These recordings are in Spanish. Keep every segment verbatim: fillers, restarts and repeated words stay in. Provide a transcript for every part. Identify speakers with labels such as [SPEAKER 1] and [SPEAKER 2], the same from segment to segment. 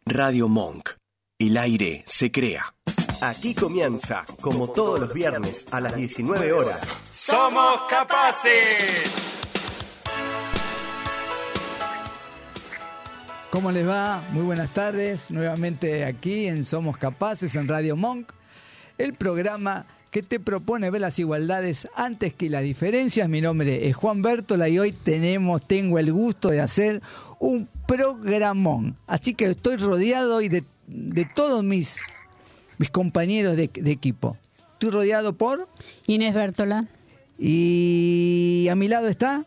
[SPEAKER 1] Radio Monk. El aire se crea. Aquí comienza, como todos los viernes a las diecinueve horas.
[SPEAKER 2] ¡Somos capaces!
[SPEAKER 3] ¿Cómo les va? Muy buenas tardes. Nuevamente aquí en Somos Capaces, en Radio Monk. El programa que te propone ver las igualdades antes que las diferencias. Mi nombre es Juan Bértola y hoy tenemos, tengo el gusto de hacer un programón. Así que estoy rodeado hoy de, de todos mis, mis compañeros de, de equipo. Estoy rodeado por...
[SPEAKER 4] Inés Bértola.
[SPEAKER 3] Y a mi lado está...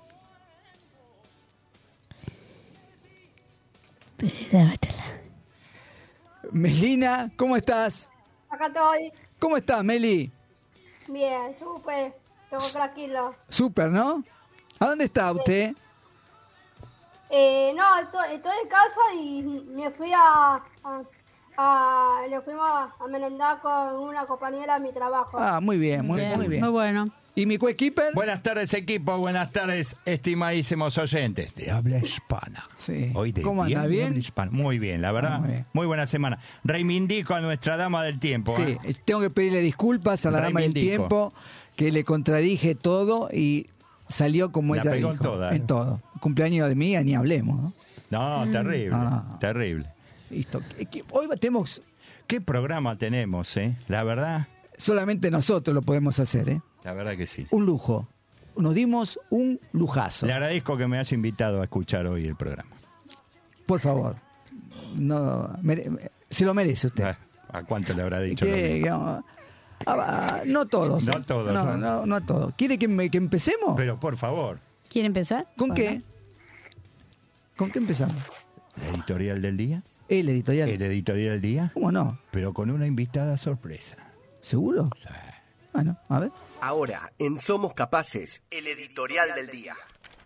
[SPEAKER 3] Melina, ¿cómo estás?
[SPEAKER 5] Acá estoy.
[SPEAKER 3] ¿Cómo estás, Meli?
[SPEAKER 5] Bien, súper. Todo tranquilo.
[SPEAKER 3] Súper, ¿no? ¿A dónde está usted?
[SPEAKER 5] Eh, no, estoy, estoy en casa y me fui a... a, a le fuimos a merendar con una compañera de mi trabajo.
[SPEAKER 3] Ah, muy bien, muy bien. Muy, bien.
[SPEAKER 4] Muy bueno.
[SPEAKER 3] ¿Y mi coequiper?
[SPEAKER 2] Buenas tardes, equipo. Buenas tardes, estimadísimos oyentes de habla hispana.
[SPEAKER 3] Sí.
[SPEAKER 2] Hoy de
[SPEAKER 3] ¿Cómo anda?
[SPEAKER 2] de
[SPEAKER 3] ¿Bien?
[SPEAKER 2] habla hispana. Muy bien, la verdad.
[SPEAKER 3] Ah, muy bien.
[SPEAKER 2] Muy buena semana. Reivindico a nuestra dama del tiempo.
[SPEAKER 3] Sí,
[SPEAKER 2] ¿eh?
[SPEAKER 3] tengo que pedirle disculpas a la dama del
[SPEAKER 2] Reivindico.
[SPEAKER 3] tiempo, que le contradije todo y salió como
[SPEAKER 2] La
[SPEAKER 3] ella
[SPEAKER 2] pegó
[SPEAKER 3] dijo.
[SPEAKER 2] en toda, ¿eh?
[SPEAKER 3] En todo. Cumpleaños de mía, ni hablemos, ¿no?
[SPEAKER 2] No, terrible.
[SPEAKER 3] No, no.
[SPEAKER 2] Terrible.
[SPEAKER 3] Listo. Hoy tenemos...
[SPEAKER 2] ¿Qué programa tenemos, eh? La verdad,
[SPEAKER 3] Solamente nosotros lo podemos hacer, ¿eh?
[SPEAKER 2] la verdad que sí.
[SPEAKER 3] Un lujo. Nos dimos un lujazo.
[SPEAKER 2] Le agradezco que me hayas invitado a escuchar hoy el programa.
[SPEAKER 3] Por favor. No, mere- se lo merece usted.
[SPEAKER 2] Ah, ¿A cuánto le habrá dicho? lo
[SPEAKER 3] Que-
[SPEAKER 2] mismo?
[SPEAKER 3] que- ah, ah, no todos.
[SPEAKER 2] No
[SPEAKER 3] ¿eh?
[SPEAKER 2] todos,
[SPEAKER 3] No,
[SPEAKER 2] no.
[SPEAKER 3] no, no a todos. ¿Quiere que, me- que empecemos?
[SPEAKER 2] Pero por favor,
[SPEAKER 4] ¿Quiere empezar?
[SPEAKER 3] ¿Con
[SPEAKER 4] Bueno.
[SPEAKER 3] qué? ¿Con qué empezamos?
[SPEAKER 2] la editorial del día.
[SPEAKER 3] El editorial.
[SPEAKER 2] El editorial del día,
[SPEAKER 3] ¿Cómo no?
[SPEAKER 2] pero con una invitada sorpresa.
[SPEAKER 3] ¿Seguro?
[SPEAKER 2] Sí.
[SPEAKER 3] Bueno, a ver.
[SPEAKER 1] Ahora, en Somos Capaces, el editorial del día.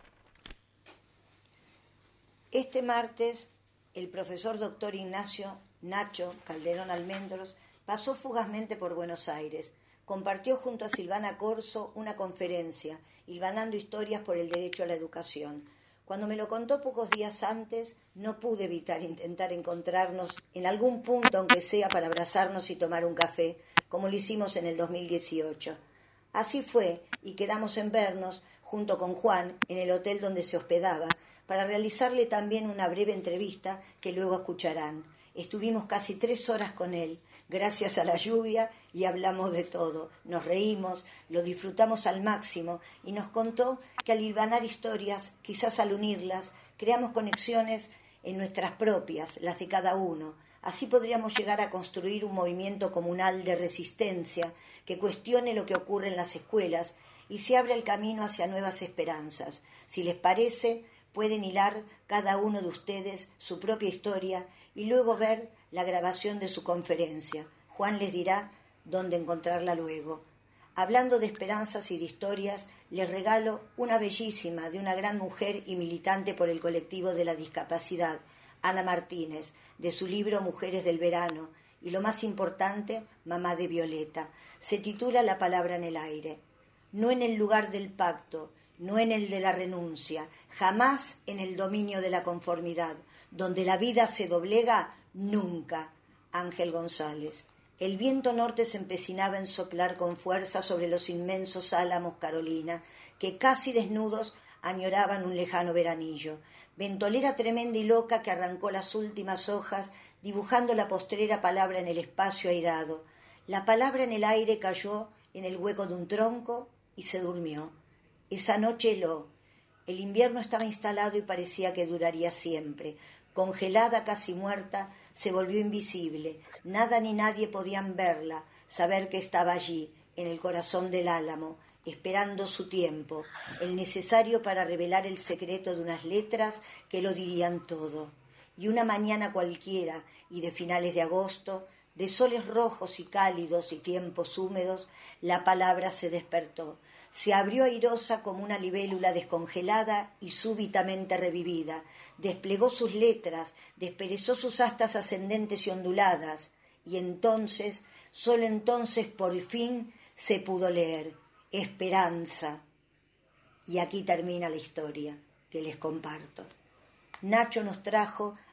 [SPEAKER 6] Este martes, el profesor doctor Ignacio Nacho Calderón Almendros pasó fugazmente por Buenos Aires. Compartió junto a Silvana Corso una conferencia, hilvanando historias por el derecho a la educación. Cuando me lo contó pocos días antes, no pude evitar intentar encontrarnos en algún punto, aunque sea para abrazarnos y tomar un café, como lo hicimos en el dos mil dieciocho. Así fue, y quedamos en vernos, junto con Juan, en el hotel donde se hospedaba, para realizarle también una breve entrevista que luego escucharán. Estuvimos casi tres horas con él, gracias a la lluvia, y hablamos de todo. Nos reímos, lo disfrutamos al máximo, y nos contó que al hilvanar historias, quizás al unirlas, creamos conexiones en nuestras propias, las de cada uno. Así podríamos llegar a construir un movimiento comunal de resistencia que cuestione lo que ocurre en las escuelas y se abra el camino hacia nuevas esperanzas. Si les parece, pueden hilar cada uno de ustedes su propia historia y luego ver la grabación de su conferencia. Juan les dirá dónde encontrarla luego. Hablando de esperanzas y de historias, les regalo una bellísima de una gran mujer y militante por el colectivo de la discapacidad, Ana Martínez, de su libro Mujeres del Verano, y lo más importante, Mamá de Violeta. Se titula La palabra en el aire. No en el lugar del pacto, no en el de la renuncia, jamás en el dominio de la conformidad. Donde la vida se doblega, nunca. Ángel González. El viento norte se empecinaba en soplar con fuerza sobre los inmensos álamos Carolina, que casi desnudos añoraban un lejano veranillo. Ventolera tremenda y loca que arrancó las últimas hojas, dibujando la postrera palabra en el espacio airado. La palabra en el aire cayó en el hueco de un tronco y se durmió. Esa noche heló. El invierno estaba instalado y parecía que duraría siempre. Congelada, casi muerta, se volvió invisible. Nada ni nadie podían verla, saber que estaba allí, en el corazón del álamo, esperando su tiempo, el necesario para revelar el secreto de unas letras que lo dirían todo. Y una mañana cualquiera, y de finales de agosto, de soles rojos y cálidos y tiempos húmedos, la palabra se despertó. Se abrió airosa como una libélula descongelada y súbitamente revivida. Desplegó sus letras, desperezó sus astas ascendentes y onduladas. Y entonces, solo entonces por fin, se pudo leer. Esperanza. Y aquí termina la historia que les comparto. Nacho nos trajo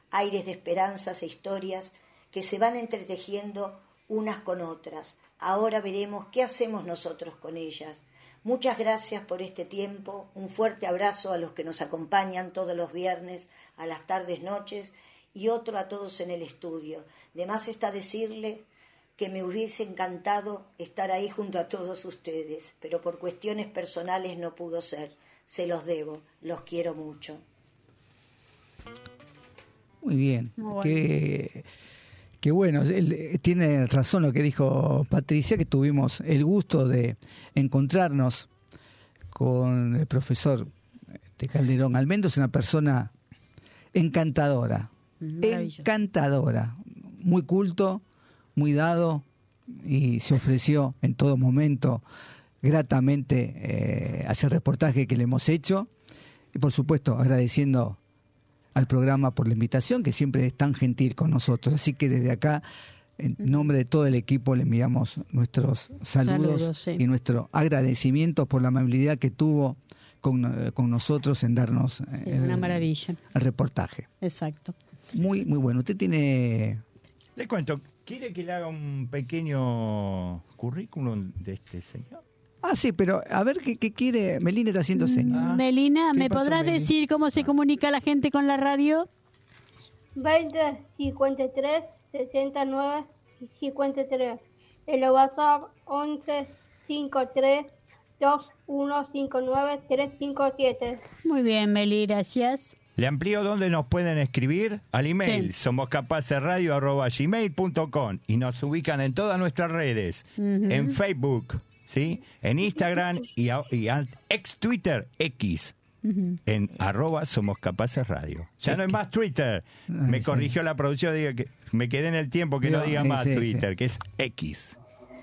[SPEAKER 6] aires de esperanzas e historias que se van entretejiendo unas con otras. Ahora veremos qué hacemos nosotros con ellas. Muchas gracias por este tiempo, un fuerte abrazo a los que nos acompañan todos los viernes a las tardes, noches, y otro a todos en el estudio. De más está decirle que me hubiese encantado estar ahí junto a todos ustedes, pero por cuestiones personales no pudo ser. Se los debo, los quiero mucho.
[SPEAKER 3] Muy bien,
[SPEAKER 4] Muy bueno.
[SPEAKER 3] qué, qué bueno, él, tiene razón lo que dijo Patricia, que tuvimos el gusto de encontrarnos con el profesor de Calderón Almendros, una persona encantadora,
[SPEAKER 4] Maravilloso.
[SPEAKER 3] encantadora, muy culto, muy dado, y se ofreció en todo momento gratamente eh, hacer el reportaje que le hemos hecho, y por supuesto agradeciendo al programa por la invitación, que siempre es tan gentil con nosotros. Así que desde acá, en nombre de todo el equipo, le enviamos nuestros saludos,
[SPEAKER 4] Saludos, sí.
[SPEAKER 3] y nuestro agradecimiento por la amabilidad que tuvo con, con nosotros en darnos
[SPEAKER 4] Sí,
[SPEAKER 3] el,
[SPEAKER 4] una maravilla.
[SPEAKER 3] el reportaje.
[SPEAKER 4] Exacto.
[SPEAKER 3] Muy, muy bueno. Usted tiene...
[SPEAKER 2] Le cuento, ¿quiere que le haga un pequeño currículum de este señor?
[SPEAKER 3] Ah, sí, pero a ver qué, qué quiere. Melina está haciendo señas.
[SPEAKER 4] Melina,
[SPEAKER 3] ¿Qué
[SPEAKER 4] ¿me
[SPEAKER 3] pasó,
[SPEAKER 4] podrás
[SPEAKER 3] Meli?
[SPEAKER 4] decir cómo se comunica la gente con la radio?
[SPEAKER 5] veinte, cincuenta y tres, sesenta y nueve, cincuenta y tres. El WhatsApp once, cincuenta y tres, veintiuno, cincuenta y nueve, trescientos cincuenta y siete.
[SPEAKER 4] Muy bien, Meli, gracias.
[SPEAKER 2] Le amplío dónde nos pueden escribir al email
[SPEAKER 4] Sí.
[SPEAKER 2] somoscapacesradio arroba gmail punto com y nos ubican en todas nuestras redes,
[SPEAKER 4] Ujú.
[SPEAKER 2] en Facebook, ¿sí? En Instagram y, a- y a- ex Twitter X,
[SPEAKER 4] Ujú.
[SPEAKER 2] en arroba somoscapacesradio. Ya no es más Twitter. Me
[SPEAKER 3] sí.
[SPEAKER 2] corrigió la producción, diga que me quedé en el tiempo que no
[SPEAKER 3] Digo,
[SPEAKER 2] diga
[SPEAKER 3] sí,
[SPEAKER 2] más
[SPEAKER 3] sí,
[SPEAKER 2] Twitter,
[SPEAKER 3] sí.
[SPEAKER 2] que es X.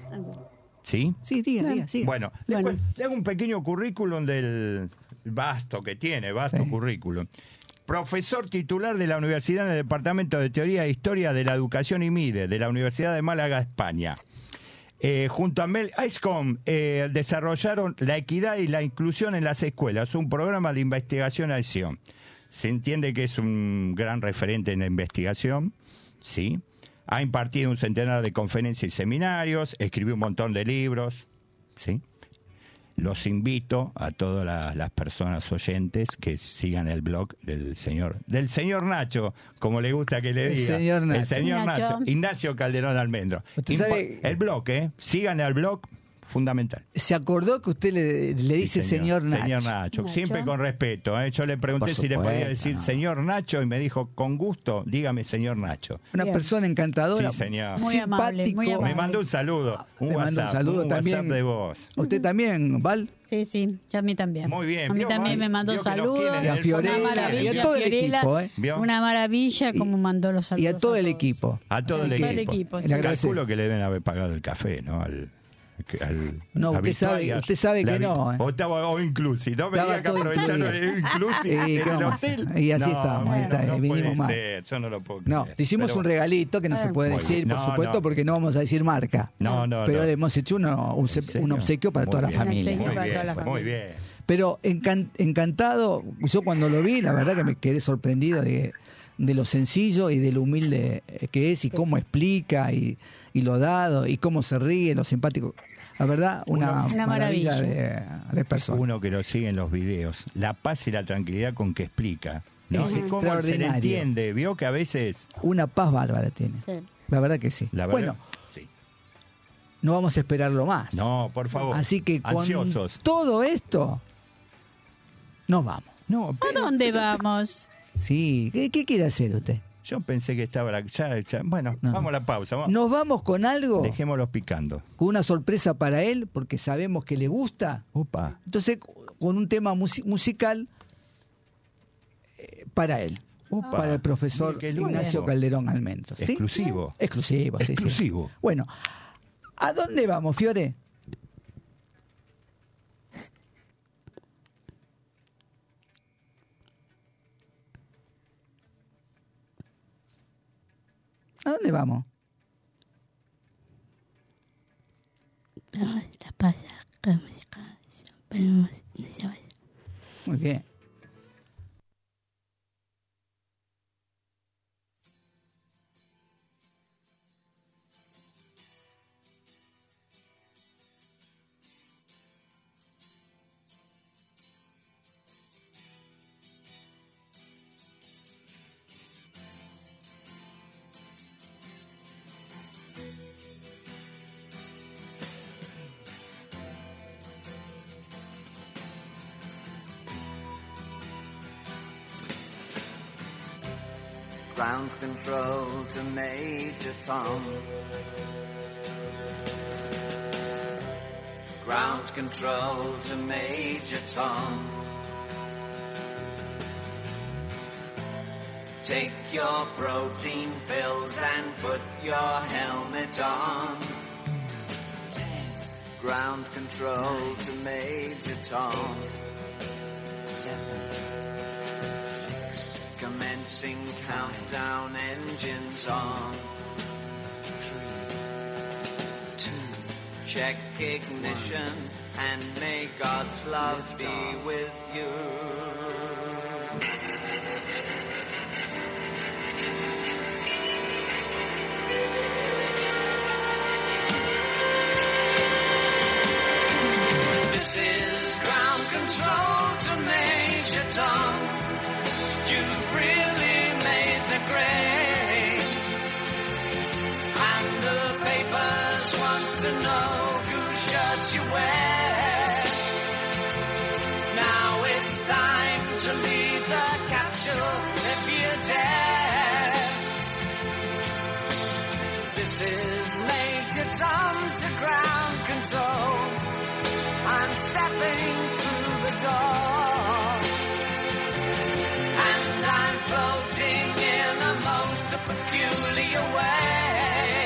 [SPEAKER 2] ¿Sí?
[SPEAKER 3] Sí, diga, diga, siga.
[SPEAKER 2] Bueno, le,
[SPEAKER 4] Bueno.
[SPEAKER 2] cuen- le hago un pequeño currículum del vasto que tiene, vasto
[SPEAKER 3] Sí.
[SPEAKER 2] currículum. Profesor titular de la Universidad en el Departamento de Teoría e Historia de la Educación y MIDE, de la Universidad de Málaga, España. Eh, junto a Mel Icecom eh, desarrollaron la equidad y la inclusión en las escuelas, un programa de investigación y acción. Se entiende que es un gran referente en la investigación, ¿sí? Ha impartido un centenar de conferencias y seminarios, escribió un montón de libros, ¿sí? Los invito a todas la- las personas oyentes que sigan el blog del señor del señor Nacho, como le gusta que le
[SPEAKER 3] El
[SPEAKER 2] diga.
[SPEAKER 3] señor Nacho.
[SPEAKER 2] El señor
[SPEAKER 4] Nacho.
[SPEAKER 2] Nacho. Ignacio Calderón Almendro.
[SPEAKER 3] Usted
[SPEAKER 2] Impa-
[SPEAKER 3] sabe-
[SPEAKER 2] El blog, ¿eh? Sigan al blog, fundamental.
[SPEAKER 3] Se acordó que usted le, le dice
[SPEAKER 2] Sí,
[SPEAKER 3] señor, Nacho.
[SPEAKER 2] Señor Nacho,
[SPEAKER 4] Nacho.
[SPEAKER 2] siempre con respeto. ¿eh? Yo le pregunté
[SPEAKER 3] Por
[SPEAKER 2] si le podía
[SPEAKER 3] supuesto,
[SPEAKER 2] decir
[SPEAKER 3] no.
[SPEAKER 2] señor Nacho y me dijo, con gusto, dígame señor Nacho.
[SPEAKER 3] Una
[SPEAKER 4] Bien.
[SPEAKER 3] persona encantadora.
[SPEAKER 2] Sí, señor.
[SPEAKER 4] Muy amable, muy
[SPEAKER 3] simpático.
[SPEAKER 4] amable.
[SPEAKER 2] Me mandó un saludo, un
[SPEAKER 3] Le mando un
[SPEAKER 2] WhatsApp,
[SPEAKER 3] saludo
[SPEAKER 2] un
[SPEAKER 3] también.
[SPEAKER 2] WhatsApp de voz.
[SPEAKER 3] ¿Usted también, Val?
[SPEAKER 4] Sí, sí, ya a mí también.
[SPEAKER 2] Muy bien,
[SPEAKER 4] A mí
[SPEAKER 2] vio,
[SPEAKER 4] también
[SPEAKER 2] Val,
[SPEAKER 4] me mandó
[SPEAKER 2] vio que nos
[SPEAKER 4] saludos.
[SPEAKER 2] quieren
[SPEAKER 3] Y a
[SPEAKER 2] en el
[SPEAKER 3] Fiorella,
[SPEAKER 2] fondo.
[SPEAKER 3] y a
[SPEAKER 4] Maravilla,
[SPEAKER 3] todo el
[SPEAKER 4] Fiorella,
[SPEAKER 3] equipo, ¿eh?
[SPEAKER 2] ¿Vio?
[SPEAKER 4] Una maravilla
[SPEAKER 3] Y-
[SPEAKER 4] como mandó los
[SPEAKER 3] Y
[SPEAKER 4] saludos.
[SPEAKER 3] a todo el
[SPEAKER 4] todos.
[SPEAKER 3] equipo.
[SPEAKER 2] A todo el
[SPEAKER 3] Así
[SPEAKER 2] equipo.
[SPEAKER 3] que
[SPEAKER 4] Todo el equipo,
[SPEAKER 3] le
[SPEAKER 4] sí.
[SPEAKER 3] agradece-
[SPEAKER 2] Calculo que le deben haber pagado el café, ¿no? Al, al
[SPEAKER 3] No, usted
[SPEAKER 2] habitual
[SPEAKER 3] sabe-
[SPEAKER 2] y al-
[SPEAKER 3] usted sabe
[SPEAKER 2] la
[SPEAKER 3] que
[SPEAKER 2] habi-
[SPEAKER 3] no, ¿eh?
[SPEAKER 2] O, estaba, o inclusive. No me
[SPEAKER 3] Estaba
[SPEAKER 2] diga que
[SPEAKER 3] todo
[SPEAKER 2] aprovecharon
[SPEAKER 3] incluido.
[SPEAKER 2] el inclusive
[SPEAKER 3] ¿Y
[SPEAKER 2] en
[SPEAKER 3] qué
[SPEAKER 2] el
[SPEAKER 3] vamos a
[SPEAKER 2] hotel.
[SPEAKER 3] hacer? Y así
[SPEAKER 2] no,
[SPEAKER 3] estamos,
[SPEAKER 2] no,
[SPEAKER 3] ahí está,
[SPEAKER 2] no
[SPEAKER 3] y vinimos
[SPEAKER 2] puede
[SPEAKER 3] mal.
[SPEAKER 2] ser, yo no lo puedo
[SPEAKER 3] No,
[SPEAKER 2] creer.
[SPEAKER 3] le hicimos
[SPEAKER 2] Pero
[SPEAKER 3] un
[SPEAKER 2] bueno.
[SPEAKER 3] regalito que no se puede
[SPEAKER 2] Muy
[SPEAKER 3] decir,
[SPEAKER 2] bien.
[SPEAKER 3] por
[SPEAKER 2] No,
[SPEAKER 3] supuesto,
[SPEAKER 2] no.
[SPEAKER 3] porque no vamos a decir marca.
[SPEAKER 2] No, no,
[SPEAKER 3] Pero
[SPEAKER 2] no.
[SPEAKER 3] le hemos hecho uno- un, se-
[SPEAKER 2] serio?
[SPEAKER 3] un obsequio para
[SPEAKER 2] Muy
[SPEAKER 3] toda
[SPEAKER 2] bien.
[SPEAKER 3] la familia.
[SPEAKER 4] Un
[SPEAKER 2] Muy
[SPEAKER 4] obsequio para
[SPEAKER 2] bien,
[SPEAKER 4] toda la
[SPEAKER 2] muy
[SPEAKER 4] familia.
[SPEAKER 2] bien.
[SPEAKER 3] Pero encan- encantado, yo cuando lo vi, la verdad que me quedé sorprendido de, de lo sencillo y de lo humilde que es y cómo explica y, y lo dado y cómo se ríe, lo simpático. La verdad, una,
[SPEAKER 4] Una
[SPEAKER 3] maravilla,
[SPEAKER 4] maravilla.
[SPEAKER 3] de, de persona.
[SPEAKER 2] Uno que lo sigue en los videos, la paz y la tranquilidad con que explica. ¿no?
[SPEAKER 3] Es
[SPEAKER 2] Y cómo se le
[SPEAKER 3] extraordinario.
[SPEAKER 2] entiende. Vio que a veces.
[SPEAKER 3] Una paz bárbara tiene.
[SPEAKER 4] Sí.
[SPEAKER 3] La verdad que sí.
[SPEAKER 2] La verdad,
[SPEAKER 3] bueno,
[SPEAKER 2] sí.
[SPEAKER 3] no vamos a esperarlo más.
[SPEAKER 2] No, por favor.
[SPEAKER 3] Así que con
[SPEAKER 2] Ansiosos.
[SPEAKER 3] todo esto, nos vamos.
[SPEAKER 2] No,
[SPEAKER 4] ¿A
[SPEAKER 2] pero-
[SPEAKER 4] dónde vamos?
[SPEAKER 3] Sí, ¿qué, qué quiere hacer usted?
[SPEAKER 2] Yo pensé que estaba la. Ya, ya- bueno,
[SPEAKER 3] No.
[SPEAKER 2] vamos a la pausa. Vamos.
[SPEAKER 3] Nos vamos con algo,
[SPEAKER 2] Dejémoslos picando.
[SPEAKER 3] con una sorpresa para él, porque sabemos que le gusta.
[SPEAKER 2] Opa.
[SPEAKER 3] Entonces, con un tema musi- musical eh, para él,
[SPEAKER 2] Opa.
[SPEAKER 3] para el profesor
[SPEAKER 2] Mire qué lindo.
[SPEAKER 3] Ignacio Calderón Almendros. ¿sí?
[SPEAKER 2] Exclusivo.
[SPEAKER 3] Exclusivo, sí, sí.
[SPEAKER 2] Exclusivo.
[SPEAKER 3] Bueno, ¿a dónde vamos, Fiore? ¿A dónde vamos?
[SPEAKER 7] La pasa, como se cansa, pero no se vaya.
[SPEAKER 3] Muy bien.
[SPEAKER 8] Ground control to Major Tom. Ground control to Major Tom. Take your protein pills and put your helmet on. Ground control to Major Tom. Seven, six, commencing countdown, engines on. Three, two, check ignition, and may God's love be with you. This is ground control to Major Tom. You've really made the grade. And the papers want to know whose shirt you wear. Now it's time to leave the capsule if you dare. This is Major Tom to ground control. I'm stepping through the door, and I'm floating in a most peculiar way,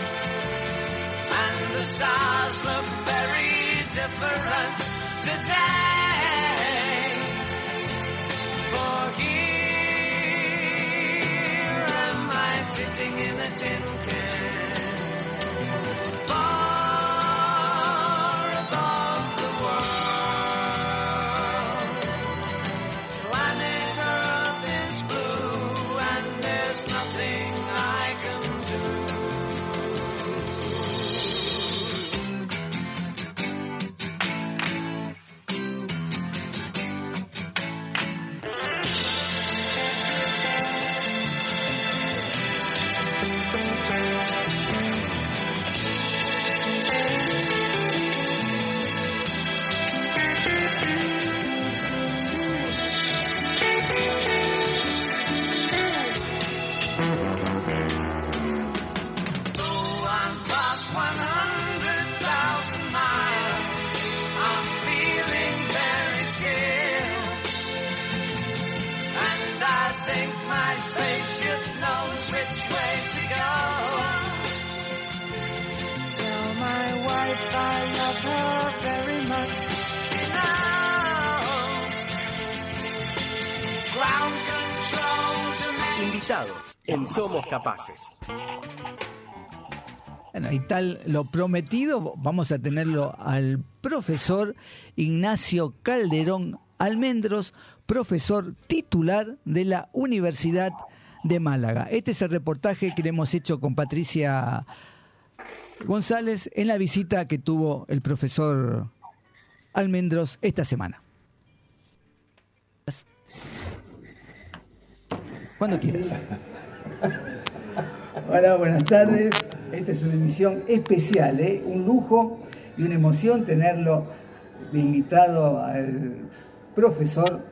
[SPEAKER 8] and the stars look very different today, for here am I sitting in a tin can.
[SPEAKER 1] Invitados en Somos Capaces.
[SPEAKER 3] Bueno, y tal lo prometido, vamos a tenerlo al profesor Ignacio Calderón Almendros, profesor titular de la Universidad de Málaga. Este es el reportaje que le hemos hecho con Patricia González en la visita que tuvo el profesor Almendros esta semana. Cuando quieras. Hola, buenas tardes. Esta es una emisión especial, ¿eh? Un lujo y una emoción tenerlo de invitado al profesor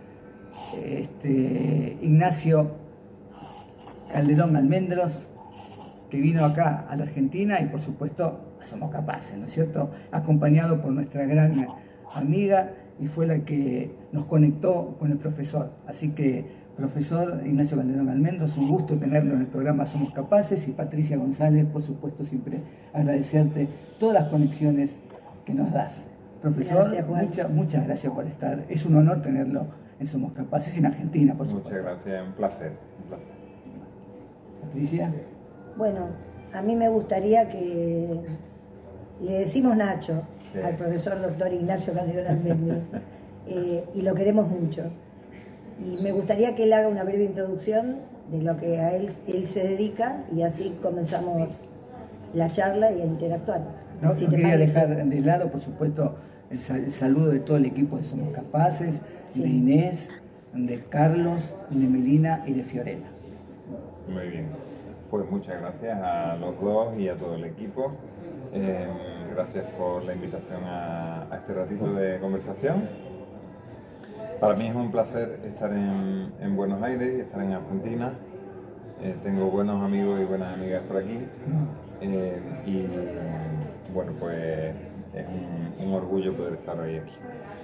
[SPEAKER 3] este, Ignacio Calderón Almendros, que vino acá a la Argentina y por supuesto Somos Capaces, ¿no es cierto? Acompañado por nuestra gran amiga y fue la que nos conectó con el profesor. Así que profesor Ignacio Calderón Almendros, un gusto tenerlo en el programa Somos Capaces, y Patricia González, por supuesto, siempre agradecerte todas las conexiones que nos das. Profesor, gracias, mucha, muchas gracias por estar. Es un honor tenerlo en Somos Capaces y en Argentina, por supuesto.
[SPEAKER 9] Muchas gracias, un placer. Un placer.
[SPEAKER 3] Patricia.
[SPEAKER 6] Bueno, a mí me gustaría que le decimos Nacho sí. al profesor doctor Ignacio Calderón Almendros eh, y lo queremos mucho. Y me gustaría que él haga una breve introducción de lo que a él, él se dedica y así comenzamos la charla y a interactuar.
[SPEAKER 3] No, si no quería parece. dejar de lado, por supuesto, el, sal, el saludo de todo el equipo de Somos Capaces, sí. de Inés, de Carlos, de Melina y de Fiorella.
[SPEAKER 9] Muy bien. Pues muchas gracias a los dos y a todo el equipo. Eh, gracias por la invitación a, a este ratito de conversación. Para mí es un placer estar en, en Buenos Aires y estar en Argentina. Eh, tengo buenos amigos y buenas amigas por aquí. Eh, y bueno, pues es un, un orgullo poder estar hoy aquí.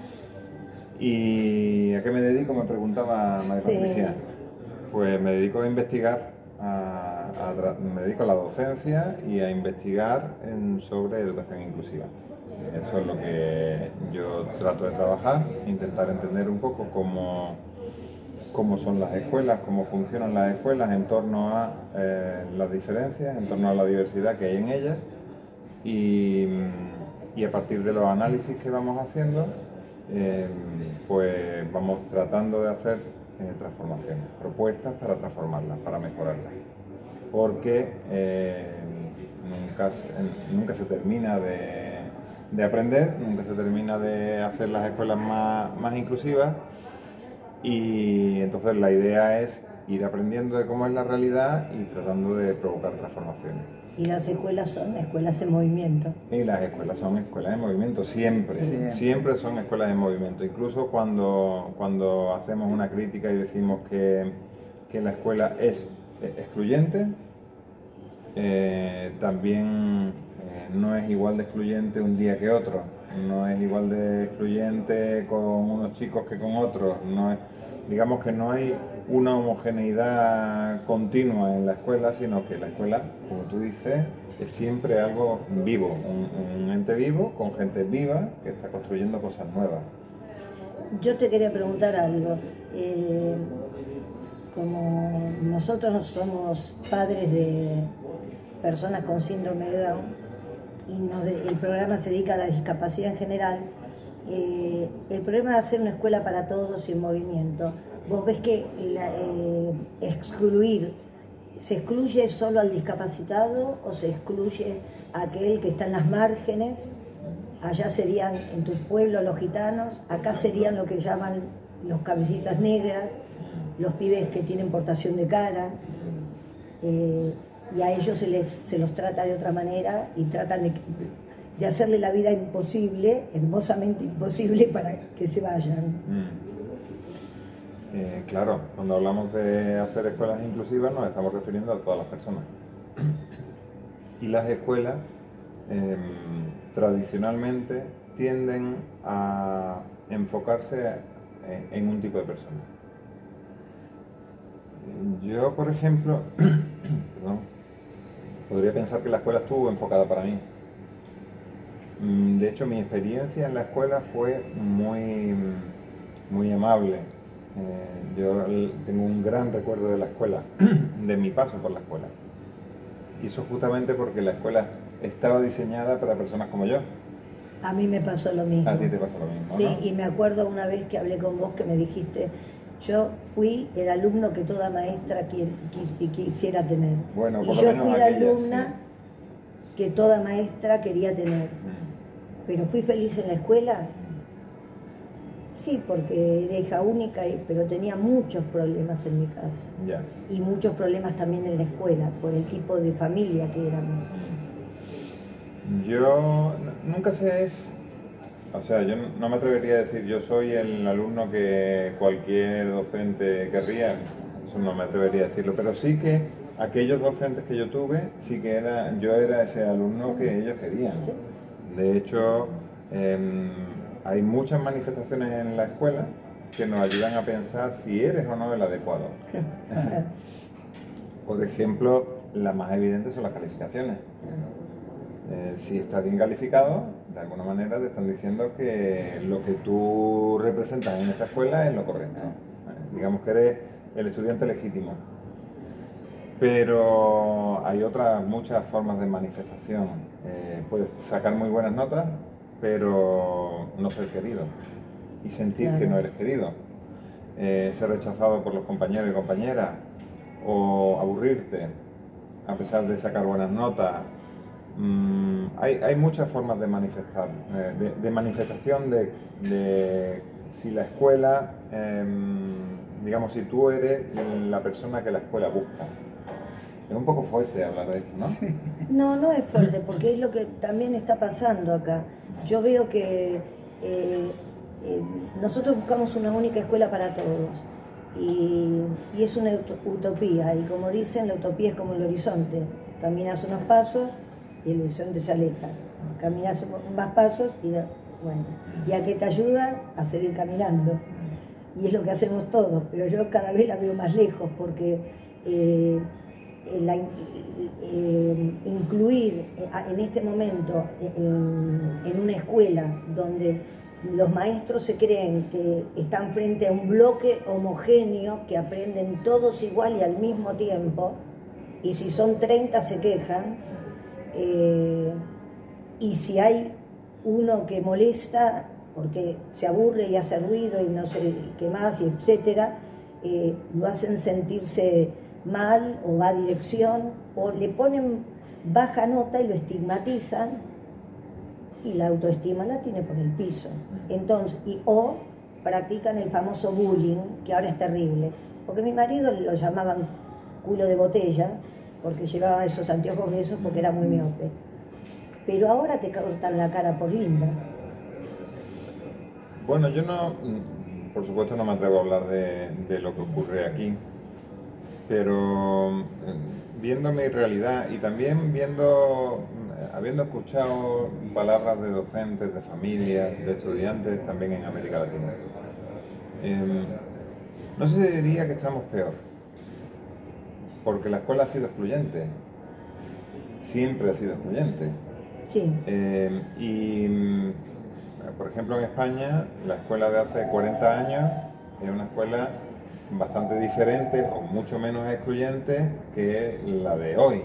[SPEAKER 9] ¿Y a qué me dedico? Me preguntaba María Patricia. Sí. Pues me dedico a investigar, a, a, me dedico a la docencia y a investigar en, sobre educación inclusiva. Eso es lo que yo trato de trabajar, intentar entender un poco cómo, cómo son las escuelas, cómo funcionan las escuelas en torno a eh, las diferencias, en torno a la diversidad que hay en ellas y, y a partir de los análisis que vamos haciendo, eh, pues vamos tratando de hacer eh, transformaciones, propuestas para transformarlas, para mejorarlas. Porque eh, nunca, se, nunca se termina de... de aprender, nunca se termina de hacer las escuelas más, más inclusivas y entonces la idea es ir aprendiendo de cómo es la realidad y tratando de provocar transformaciones.
[SPEAKER 6] Y las escuelas son escuelas en movimiento.
[SPEAKER 9] Y las escuelas son escuelas en movimiento, siempre, sí. siempre son escuelas en movimiento. Incluso cuando, cuando hacemos una crítica y decimos que, que la escuela es excluyente, eh, también... no es igual de excluyente un día que otro, no es igual de excluyente con unos chicos que con otros, no es, digamos que no hay una homogeneidad continua en la escuela, sino que la escuela, como tú dices, es siempre algo vivo, un, un ente vivo con gente viva que está construyendo cosas nuevas.
[SPEAKER 6] Yo te quería preguntar algo, eh, como nosotros somos padres de personas con síndrome de Down, y nos de, el programa se dedica a la discapacidad en general, eh, el problema de hacer una escuela para todos y en movimiento, vos ves que la, eh, excluir, ¿se excluye solo al discapacitado o se excluye a aquel que está en las márgenes? Allá serían en tu pueblo los gitanos, acá serían lo que llaman los cabecitas negras, los pibes que tienen portación de cara, eh, y a ellos se, les, se los trata de otra manera y tratan de, de hacerle la vida imposible, hermosamente imposible, para que se vayan.
[SPEAKER 9] Mm. Eh, claro, cuando hablamos de hacer escuelas inclusivas nos estamos refiriendo a todas las personas. Y las escuelas eh, tradicionalmente tienden a enfocarse en, en un tipo de personas. Yo, por ejemplo, perdón, podría pensar que la escuela estuvo enfocada para mí. De hecho, mi experiencia en la escuela fue muy, muy amable. Eh, yo tengo un gran recuerdo de la escuela, de mi paso por la escuela. Y eso justamente porque la escuela estaba diseñada para personas como yo.
[SPEAKER 6] A mí me pasó lo mismo.
[SPEAKER 9] A ti te pasó lo mismo,
[SPEAKER 6] sí,
[SPEAKER 9] ¿no?
[SPEAKER 6] Y me acuerdo una vez que hablé con vos que me dijiste, yo fui el alumno que toda maestra quis, quis, quisiera tener.
[SPEAKER 9] Bueno, por
[SPEAKER 6] y
[SPEAKER 9] lo
[SPEAKER 6] yo
[SPEAKER 9] menos
[SPEAKER 6] fui la
[SPEAKER 9] aquella,
[SPEAKER 6] alumna
[SPEAKER 9] sí.
[SPEAKER 6] que toda maestra quería tener. Mm. Pero fui feliz en la escuela. Sí, porque era hija única, y, pero tenía muchos problemas en mi casa.
[SPEAKER 9] Ya.
[SPEAKER 6] Y muchos problemas también en la escuela, por el tipo de familia que éramos.
[SPEAKER 9] Yo nunca sé es... O sea, yo no me atrevería a decir yo soy el alumno que cualquier docente querría, eso no me atrevería a decirlo, pero sí que aquellos docentes que yo tuve, sí que era, yo era ese alumno que ellos querían.
[SPEAKER 6] ¿Sí?
[SPEAKER 9] De hecho, eh, hay muchas manifestaciones en la escuela que nos ayudan a pensar si eres o no el adecuado. Por ejemplo, las más evidentes son las calificaciones. Eh, si estás bien calificado, de alguna manera te están diciendo que lo que tú representas en esa escuela es lo correcto. Eh, digamos que eres el estudiante legítimo. Pero hay otras muchas formas de manifestación. Eh, puedes sacar muy buenas notas, pero no ser querido y sentir claro. que no eres querido. Eh, ser rechazado por los compañeros y compañeras o aburrirte a pesar de sacar buenas notas. Mm, hay, hay muchas formas de manifestar, eh, de, de manifestación de, de si la escuela, eh, digamos, si tú eres la persona que la escuela busca. Es un poco fuerte hablar de esto, ¿no?
[SPEAKER 6] Sí. No, no es fuerte, porque es lo que también está pasando acá. Yo veo que eh, eh, nosotros buscamos una única escuela para todos, Y, y es una utopía, y como dicen, la utopía es como el horizonte. Caminas unos pasos y el horizonte se aleja. Caminas más pasos y bueno, ¿y a qué te ayuda? A seguir caminando. Y es lo que hacemos todos, pero yo cada vez la veo más lejos, porque eh, la, eh, incluir en este momento en, en una escuela donde los maestros se creen que están frente a un bloque homogéneo, que aprenden todos igual y al mismo tiempo, y si son treinta se quejan, eh, y si hay uno que molesta porque se aburre y hace ruido y no sé qué más, y etcétera, eh, lo hacen sentirse mal o va a dirección, o le ponen baja nota y lo estigmatizan, y la autoestima la tiene por el piso. Entonces, y, o practican el famoso bullying, que ahora es terrible, porque mi marido lo llamaban culo de botella, porque llevaba esos anteojos gruesos porque era muy miope. Pero ahora te cortan la cara por linda.
[SPEAKER 9] Bueno, yo no, por supuesto no me atrevo a hablar de, de lo que ocurre aquí, pero viendo mi realidad y también viendo, habiendo escuchado palabras de docentes, de familias, de estudiantes también en América Latina, eh, no se diría que estamos peor, porque la escuela ha sido excluyente, siempre ha sido excluyente.
[SPEAKER 6] Sí.
[SPEAKER 9] Eh, y, por ejemplo, en España, la escuela de hace cuarenta años es una escuela bastante diferente o mucho menos excluyente que la de hoy.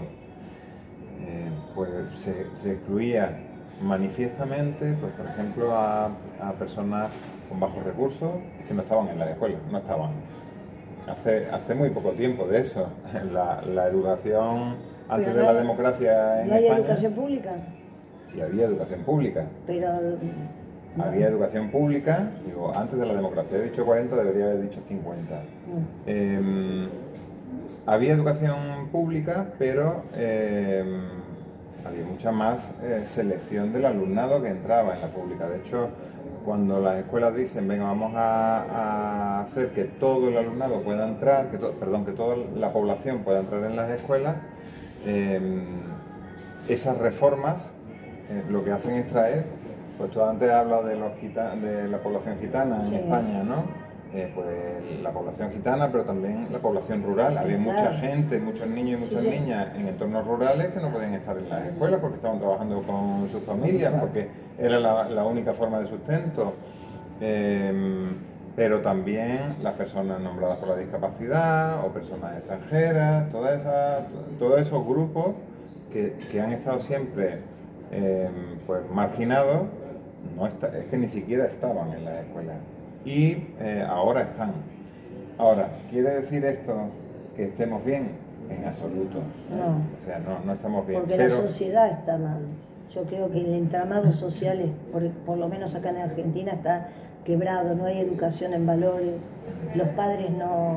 [SPEAKER 9] Eh, pues se, se excluía manifiestamente, pues por ejemplo, a, a personas con bajos recursos que no estaban en la escuela, no estaban. Hace, hace muy poco tiempo de eso. La, la educación antes
[SPEAKER 6] Pero
[SPEAKER 9] de
[SPEAKER 6] no
[SPEAKER 9] la
[SPEAKER 6] hay-
[SPEAKER 9] democracia en
[SPEAKER 6] ¿No hay
[SPEAKER 9] España,
[SPEAKER 6] educación pública?
[SPEAKER 9] sí había educación pública.
[SPEAKER 6] Pero no.
[SPEAKER 9] Había educación pública, digo, antes de la democracia. He dicho cuarenta, debería haber dicho cincuenta.
[SPEAKER 6] No.
[SPEAKER 9] Eh, había educación pública, pero eh, había mucha más eh, selección del alumnado que entraba en la pública. De hecho, cuando las escuelas dicen, venga, vamos a, a hacer que todo el alumnado pueda entrar, que to- perdón, que toda la población pueda entrar en las escuelas, eh, esas reformas eh, lo que hacen es traer, pues tú antes has hablado de, los gita- de la población gitana en
[SPEAKER 6] Sí.
[SPEAKER 9] España, ¿no? Eh, pues la población gitana, pero también la población rural. Había mucha
[SPEAKER 6] Claro.
[SPEAKER 9] gente, muchos niños y muchas
[SPEAKER 6] Sí, sí.
[SPEAKER 9] niñas en entornos rurales que no podían estar en las escuelas porque estaban trabajando con sus familias, porque era la, la única forma de sustento. Eh, pero también las personas nombradas por la discapacidad o personas extranjeras, todas esas, todos esos grupos que, que han estado siempre eh, pues marginados, no está- es que ni siquiera estaban en las escuelas. Y eh, ahora están. Ahora, ¿quiere decir esto que estemos bien? En absoluto.
[SPEAKER 6] No.
[SPEAKER 9] O sea, no, no estamos bien.
[SPEAKER 6] Porque
[SPEAKER 9] pero
[SPEAKER 6] la sociedad está mal. Yo creo que el entramado social, es, por, por lo menos acá en Argentina, está quebrado. No hay educación en valores. Los padres no,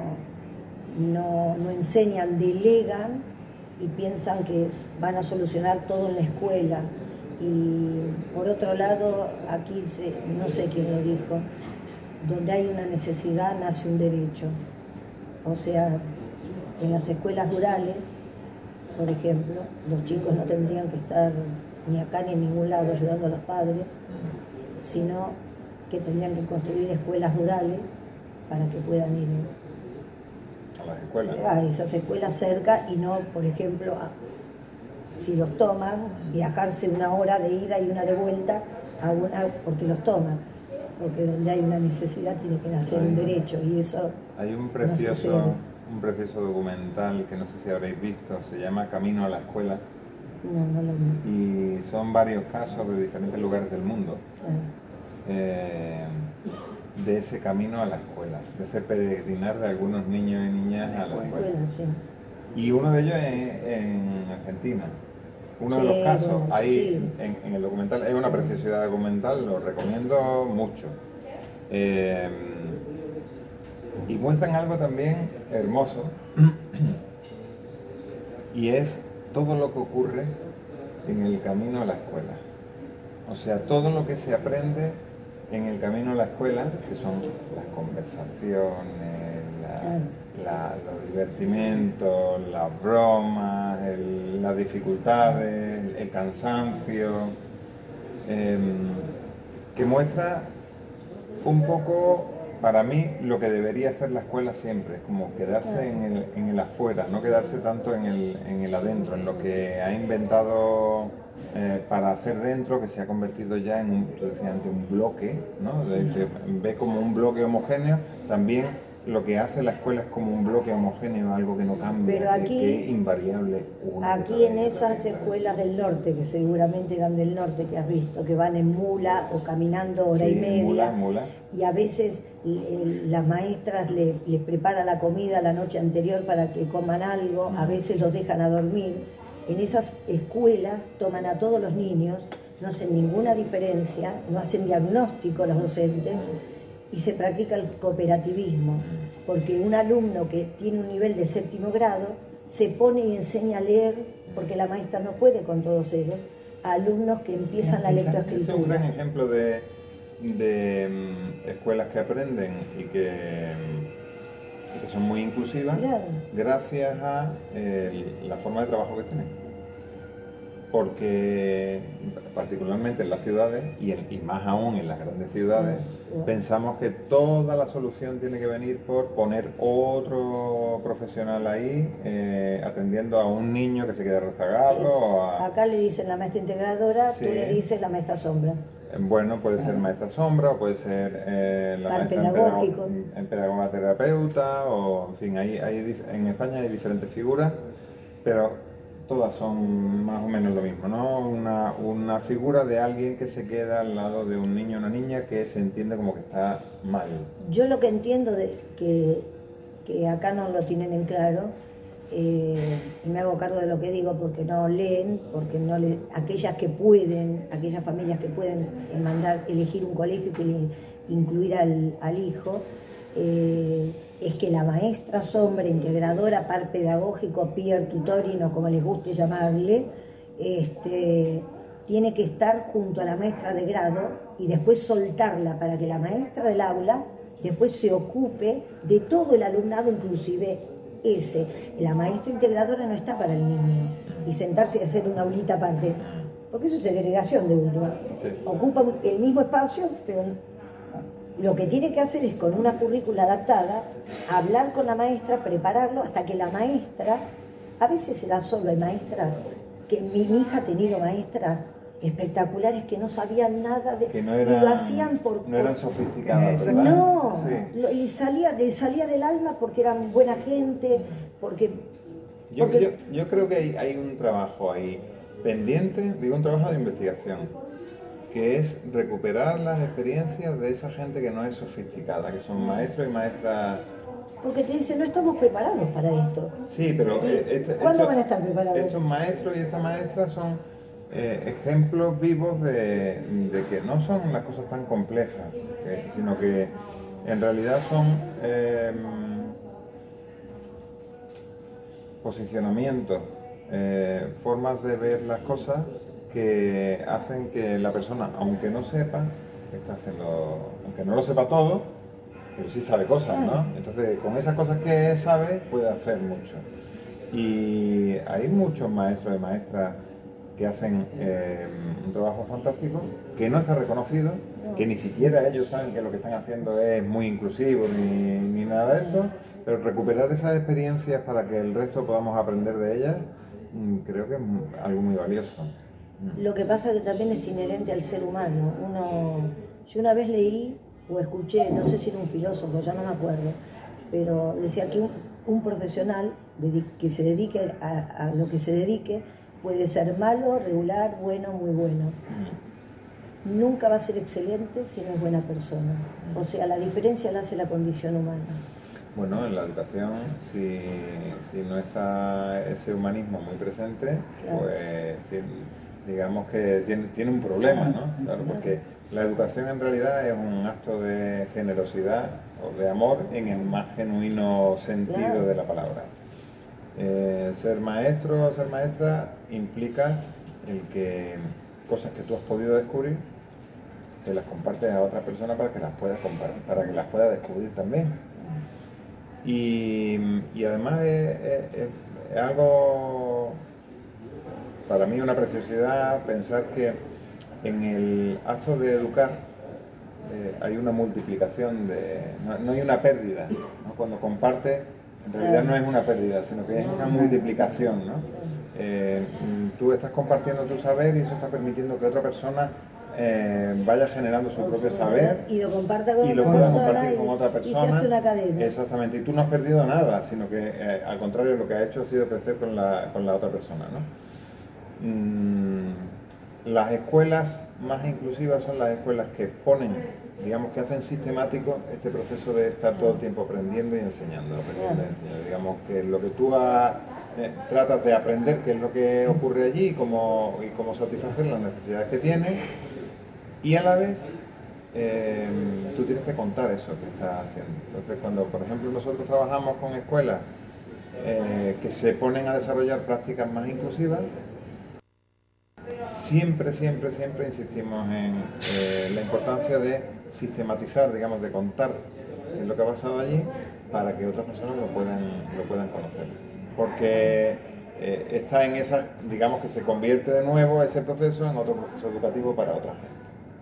[SPEAKER 6] no, no enseñan, delegan y piensan que van a solucionar todo en la escuela. Y por otro lado, aquí se, no sé quién lo dijo, donde hay una necesidad nace un derecho. O sea, en las escuelas rurales, por ejemplo, los chicos no tendrían que estar ni acá ni en ningún lado ayudando a los padres, sino que tendrían que construir escuelas rurales para que puedan ir
[SPEAKER 9] a las escuelas.
[SPEAKER 6] a esas escuelas cerca y no, por ejemplo, a- si los toman, viajarse una hora de ida y una de vuelta a una, porque los toman. Porque donde hay una necesidad tiene que nacer un derecho y eso
[SPEAKER 9] Hay un
[SPEAKER 6] no
[SPEAKER 9] precioso,
[SPEAKER 6] sucede.
[SPEAKER 9] un precioso documental que no sé si habréis visto, se llama Camino a la Escuela,
[SPEAKER 6] No, no lo vi.
[SPEAKER 9] y son varios casos de diferentes lugares del mundo,
[SPEAKER 6] Claro.
[SPEAKER 9] eh, de ese camino a la escuela, de ese peregrinar de algunos niños y niñas a la escuela.
[SPEAKER 6] Bueno, sí.
[SPEAKER 9] Y uno de ellos es en Argentina. Uno de
[SPEAKER 6] Sí,
[SPEAKER 9] los casos,
[SPEAKER 6] bueno,
[SPEAKER 9] ahí
[SPEAKER 6] sí.
[SPEAKER 9] en, en el documental, es una preciosidad documental, lo recomiendo mucho. Eh, y muestran algo también hermoso, y es todo lo que ocurre en el camino a la escuela. O sea, todo lo que se aprende en el camino a la escuela, que son las conversaciones, la- la- los divertimentos, las bromas, el- las dificultades, el cansancio, eh, que muestra un poco, para mí, lo que debería hacer la escuela siempre, es como quedarse en el, en el afuera, no quedarse tanto en el, en el adentro, en lo que ha inventado eh, para hacer dentro, que se ha convertido ya en un, tú decías antes, un bloque, ¿no? De- se ve como un bloque homogéneo. También lo que hace la escuela es como un bloque homogéneo, algo que no cambia,
[SPEAKER 10] Pero
[SPEAKER 9] que-
[SPEAKER 10] aquí-
[SPEAKER 9] que es invariable. una
[SPEAKER 10] Aquí
[SPEAKER 9] vez
[SPEAKER 10] en
[SPEAKER 9] otra
[SPEAKER 10] esas
[SPEAKER 9] vez.
[SPEAKER 10] escuelas del norte, que seguramente eran del norte que has visto, que van en mula o caminando hora
[SPEAKER 9] Sí,
[SPEAKER 10] y media,
[SPEAKER 9] mula, mula.
[SPEAKER 10] y a veces eh, las maestras le- les preparan la comida la noche anterior para que coman algo, a veces los dejan a dormir. En esas escuelas toman a todos los niños, no hacen ninguna diferencia, no hacen diagnóstico los docentes y se practica el cooperativismo, porque un alumno que tiene un nivel de séptimo grado se pone y enseña a leer, porque la maestra no puede con todos ellos, a alumnos que empiezan la
[SPEAKER 9] Ese es un gran
[SPEAKER 10] lectoescritura.
[SPEAKER 9] ejemplo de, de mm, escuelas que aprenden y que, mm, y que son muy inclusivas,
[SPEAKER 10] Claro.
[SPEAKER 9] gracias a eh, la forma de trabajo que tienen. Porque particularmente en las ciudades y, en- y más aún en las grandes ciudades, pensamos que toda la solución tiene que venir por poner otro profesional ahí eh, atendiendo a un niño que se queda rezagado o a,
[SPEAKER 10] Acá le dicen la maestra integradora,
[SPEAKER 9] Sí.
[SPEAKER 10] tú le dices la maestra sombra.
[SPEAKER 9] bueno, puede ser maestra sombra o puede ser eh, la
[SPEAKER 10] Par
[SPEAKER 9] maestra en,
[SPEAKER 10] pedagógico.
[SPEAKER 9] pedago- en pedagoga terapeuta o en fin, hay, hay dif- en España hay diferentes figuras, pero todas son más o menos lo mismo, ¿no? Una, una figura de alguien que se queda al lado de un niño o una niña que se entiende como que está mal.
[SPEAKER 10] Yo lo que entiendo de que, que acá no lo tienen en claro, eh, y me hago cargo de lo que digo porque no leen, porque no le, aquellas que pueden, aquellas familias que pueden eh, mandar, elegir un colegio y que le- incluir al, al hijo, eh, es que la maestra sombra, integradora, par pedagógico, peer tutorino, como les guste llamarle, este, tiene que estar junto a la maestra de grado y después soltarla para que la maestra del aula después se ocupe de todo el alumnado, inclusive ese. La maestra integradora no está para el niño y sentarse y hacer una aulita aparte, porque eso es segregación de última.
[SPEAKER 9] Sí.
[SPEAKER 10] Ocupa el mismo espacio, pero lo que tiene que hacer es con una currícula adaptada, hablar con la maestra, prepararlo hasta que la maestra, a veces se da solo, hay maestras, que mi hija ha tenido maestras espectaculares que no sabían nada de,
[SPEAKER 9] Que no
[SPEAKER 10] y
[SPEAKER 9] eran,
[SPEAKER 10] lo hacían por...
[SPEAKER 9] no eran
[SPEAKER 10] por-
[SPEAKER 9] sofisticadas, ¿verdad?
[SPEAKER 10] no,
[SPEAKER 9] Sí.
[SPEAKER 10] lo- y salía, de, salía del alma porque eran buena gente, porque...
[SPEAKER 9] Yo,
[SPEAKER 10] porque-
[SPEAKER 9] yo, yo creo que hay, hay un trabajo ahí pendiente, digo un trabajo de investigación, que es recuperar las experiencias de esa gente que no es sofisticada, que son maestros y maestras.
[SPEAKER 10] porque te dicen, no estamos preparados para esto.
[SPEAKER 9] Sí, pero eh, este-
[SPEAKER 10] ¿Cuándo
[SPEAKER 9] estos-
[SPEAKER 10] van a estar preparados?
[SPEAKER 9] Estos maestros y estas maestras son eh, ejemplos vivos de, de que no son las cosas tan complejas, que- sino que en realidad son eh, posicionamientos, eh, formas de ver las cosas que hacen que la persona, aunque no sepa, está haciendo, aunque no lo sepa todo, pero sí sabe cosas, ¿no? Entonces, con esas cosas que sabe, puede hacer mucho. Y hay muchos maestros y maestras que hacen eh, un trabajo fantástico, que no está reconocido, que ni siquiera ellos saben que lo que están haciendo es muy inclusivo ni, ni nada de esto, pero recuperar esas experiencias para que el resto podamos aprender de ellas, mm, creo que es mu- algo muy valioso.
[SPEAKER 10] Lo que pasa que también es inherente al ser humano. Uno, yo una vez leí o escuché, no sé si era un filósofo, ya no me acuerdo, pero decía que un, un profesional dedi- que se dedique a, a lo que se dedique puede ser malo, regular, bueno, muy bueno. Nunca va a ser excelente si no es buena persona. O sea, la diferencia la hace la condición humana.
[SPEAKER 9] Bueno, en la educación, si, si no está ese humanismo muy presente,
[SPEAKER 10] Claro.
[SPEAKER 9] pues tiene- digamos que tiene, tiene un problema, ¿no? Claro, porque la educación en realidad es un acto de generosidad o de amor en el más genuino sentido
[SPEAKER 10] Claro.
[SPEAKER 9] de la palabra. Eh, ser maestro o ser maestra implica el que cosas que tú has podido descubrir se las compartes a otra persona para que las pueda compartir, para que las pueda descubrir también. Y, y además es, es, es algo, para mí, una preciosidad pensar que en el acto de educar eh, hay una multiplicación, de, no, no hay una pérdida, ¿no? Cuando compartes, en realidad no es una pérdida, sino que es una multiplicación, ¿no? Eh, tú estás compartiendo tu saber y eso está permitiendo que otra persona eh, vaya generando su propio saber
[SPEAKER 10] y lo comparta con
[SPEAKER 9] y lo
[SPEAKER 10] otra
[SPEAKER 9] pueda
[SPEAKER 10] persona
[SPEAKER 9] compartir
[SPEAKER 10] y,
[SPEAKER 9] con otra persona.
[SPEAKER 10] y se hace una cadena.
[SPEAKER 9] Exactamente, y tú no has perdido nada, sino que eh, al contrario lo que ha hecho ha sido crecer con la, con la otra persona, ¿no? Mm, las escuelas más inclusivas son las escuelas que ponen, digamos, que hacen sistemático este proceso de estar todo el tiempo aprendiendo y enseñando, aprendiendo y enseñando. Digamos que lo que tú has, eh, tratas de aprender qué es lo que ocurre allí y cómo, y cómo satisfacer las necesidades que tienes, y a la vez eh, tú tienes que contar eso que estás haciendo. Entonces, cuando por ejemplo nosotros trabajamos con escuelas eh, que se ponen a desarrollar prácticas más inclusivas, siempre, siempre, siempre insistimos en eh, la importancia de sistematizar, digamos, de contar qué es lo que ha pasado allí para que otras personas lo puedan, lo puedan conocer. Porque eh, está en esa, digamos, que se convierte de nuevo ese proceso en otro proceso educativo para otra gente.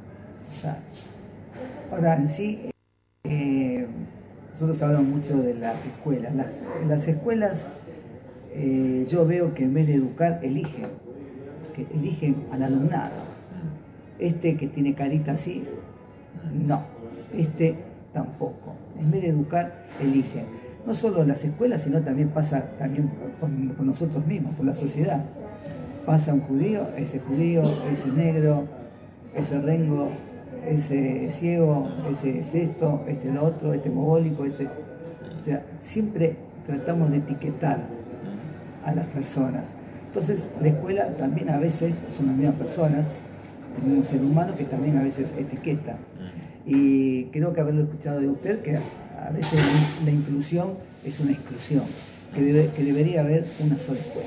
[SPEAKER 11] Ahora, en sí, eh, nosotros hablamos mucho de las escuelas. Las, en las escuelas eh, yo veo que en vez de educar, eligen, que eligen al alumnado. Este que tiene carita así, no. Este tampoco. En vez de educar, eligen. No solo en las escuelas, sino también pasa también por, por nosotros mismos, por la sociedad. Pasa un judío, ese judío, ese negro, ese rengo, ese ciego, ese es esto, este es lo otro, este mogólico, este... O sea, siempre tratamos de etiquetar a las personas. Entonces, la escuela también a veces son las mismas personas, el mismo ser humano que también a veces etiqueta. Y creo que haberlo escuchado de usted, que a veces la inclusión es una exclusión, que, debe, que debería haber una sola escuela.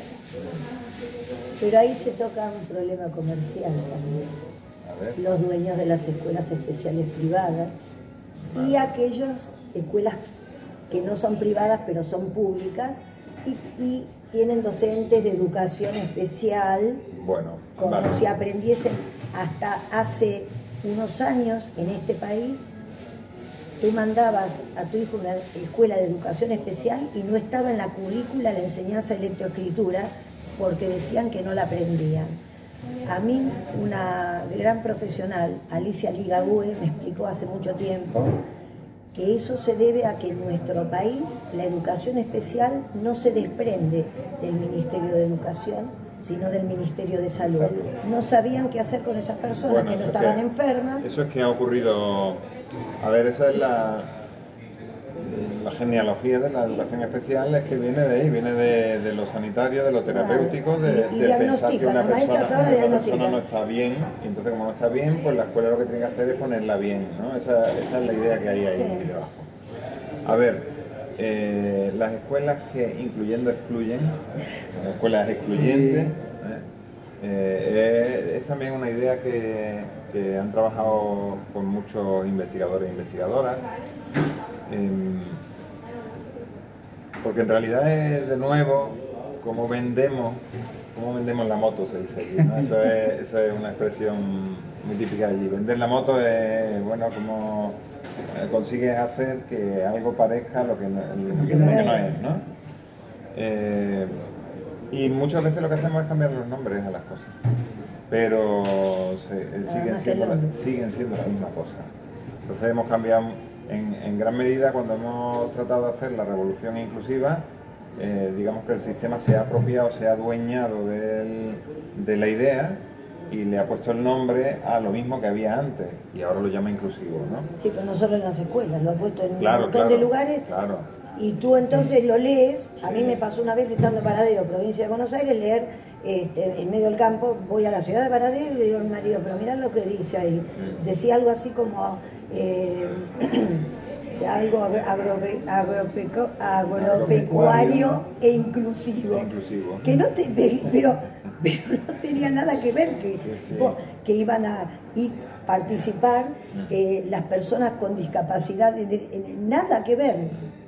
[SPEAKER 10] Pero ahí se toca un problema comercial también. Los dueños de las escuelas especiales privadas y aquellas escuelas que no son privadas pero son públicas y, y tienen docentes de educación especial,
[SPEAKER 9] bueno,
[SPEAKER 10] como
[SPEAKER 9] vale.
[SPEAKER 10] si aprendiesen. Hasta hace unos años en este país tú mandabas a tu hijo a una escuela de educación especial y no estaba en la currícula la enseñanza de lectoescritura porque decían que no la aprendían. A mí, una gran profesional, Alicia Ligabue, me explicó hace mucho tiempo que eso se debe a que en nuestro país la educación especial no se desprende del Ministerio de Educación, sino del Ministerio de Salud. Exacto. No sabían qué hacer con esas personas bueno, que no estaban que, enfermas.
[SPEAKER 9] Eso es que ha ocurrido... A ver, esa es la... La genealogía de la educación especial es que viene de ahí, viene de, de lo sanitario, de lo terapéutico, de,
[SPEAKER 10] y, y
[SPEAKER 9] de pensar que una persona, una persona no
[SPEAKER 10] no
[SPEAKER 9] está bien, y entonces como no está bien, pues la escuela lo que tiene que hacer es ponerla bien, ¿no? Esa, esa es la idea que hay ahí sí. debajo. A ver, eh, las escuelas que incluyendo excluyen, las escuelas excluyentes, sí. eh, eh, es también una idea que, que han trabajado con muchos investigadores e investigadoras. Eh, porque en realidad es de nuevo cómo vendemos cómo vendemos la moto, se dice allí, ¿no? Eso es, eso es una expresión muy típica de allí. Vender la moto es, bueno, como consigues hacer que algo parezca lo que no, lo que no, lo que no es, ¿no? Eh, y muchas veces lo que hacemos es cambiar los nombres a las cosas, pero se, eh, siguen, siendo la, siguen siendo la misma cosa. Entonces hemos cambiado en, en gran medida cuando hemos tratado de hacer la revolución inclusiva. Eh, digamos que el sistema se ha apropiado, se ha adueñado del, de la idea y le ha puesto el nombre a lo mismo que había antes y ahora lo llama inclusivo, ¿no?
[SPEAKER 10] Sí, pero no solo en las escuelas, lo ha puesto en
[SPEAKER 9] claro,
[SPEAKER 10] un montón
[SPEAKER 9] claro,
[SPEAKER 10] de lugares
[SPEAKER 9] claro.
[SPEAKER 10] Y tú entonces sí. lo lees. A
[SPEAKER 9] sí.
[SPEAKER 10] mí me pasó una vez estando en Varadero, provincia de Buenos Aires, leer este, en medio del campo, voy a la ciudad de Varadero y le digo a mi marido, pero mirá lo que dice ahí. Mm. Decía algo así como... Eh, algo agrope, agropeco, agropecuario e inclusivo,
[SPEAKER 9] inclusivo.
[SPEAKER 10] que no te, pero, pero no tenía nada que ver que,
[SPEAKER 9] sí, sí.
[SPEAKER 10] que iban a ir participar eh, las personas con discapacidad, nada que ver.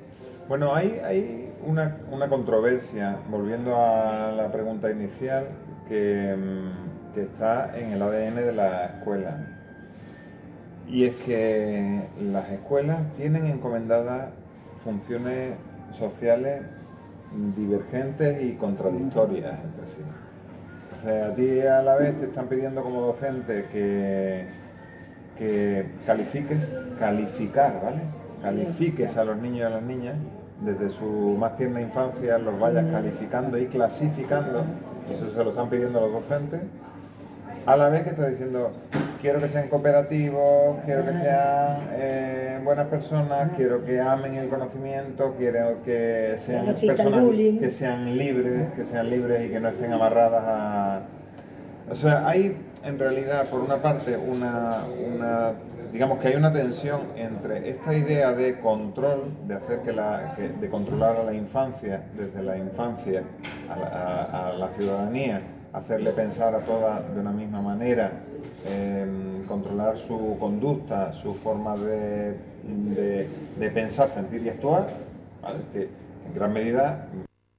[SPEAKER 9] Bueno, hay, hay una, una controversia, volviendo a la pregunta inicial, que, que está en el A D N de la escuela. Y es que las escuelas tienen encomendadas funciones sociales divergentes y contradictorias entre sí. O sea, a ti a la vez te están pidiendo como docente que, que califiques, calificar, ¿vale? Califiques a los niños y a las niñas, desde su más tierna infancia los vayas calificando y clasificando, eso se lo están pidiendo los docentes, a la vez que estás diciendo, quiero que sean cooperativos, quiero que sean eh, buenas personas, quiero que amen el conocimiento, quiero que sean personas que sean libres, que sean libres y que no estén amarradas a... O sea, hay en realidad, por una parte, una, una digamos que hay una tensión entre esta idea de control, de hacer que la, que, de controlar a la infancia, desde la infancia a la, a, a la ciudadanía, hacerle pensar a todas de una misma manera, eh, controlar su conducta, su forma de, de, de pensar, sentir y actuar, ¿vale? Que en gran medida...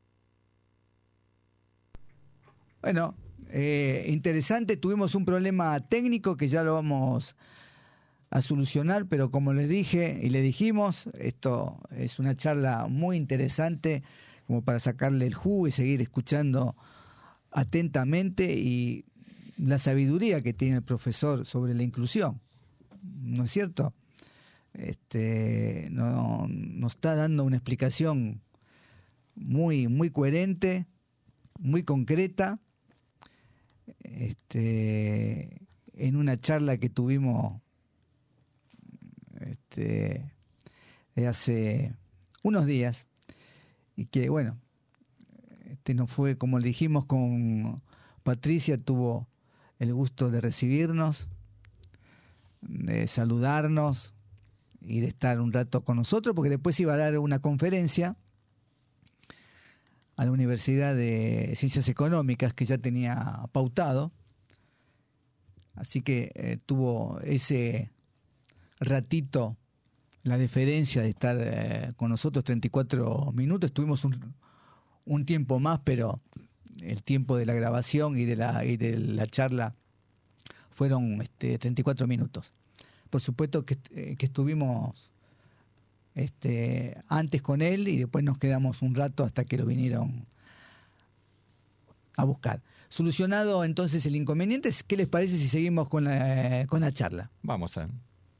[SPEAKER 3] Bueno, eh, interesante, tuvimos un problema técnico que ya lo vamos a solucionar, pero como les dije y le dijimos, esto es una charla muy interesante como para sacarle el jugo y seguir escuchando atentamente y la sabiduría que tiene el profesor sobre la inclusión, ¿no es cierto? Este, no, nos está dando una explicación muy, muy coherente, muy concreta, este, en una charla que tuvimos este, de hace unos días y que, bueno, este no fue, como le dijimos con Patricia, tuvo el gusto de recibirnos, de saludarnos y de estar un rato con nosotros, porque después iba a dar una conferencia a la Universidad de Ciencias Económicas que ya tenía pautado, así que eh, tuvo ese ratito la deferencia de estar eh, con nosotros treinta y cuatro minutos, tuvimos un, un tiempo más, pero el tiempo de la grabación y de la, y de la charla fueron este, treinta y cuatro minutos. Por supuesto que, eh, que estuvimos este, antes con él y después nos quedamos un rato hasta que lo vinieron a buscar. Solucionado entonces el inconveniente, ¿qué les parece si seguimos con la, eh, con la charla?
[SPEAKER 2] Vamos a...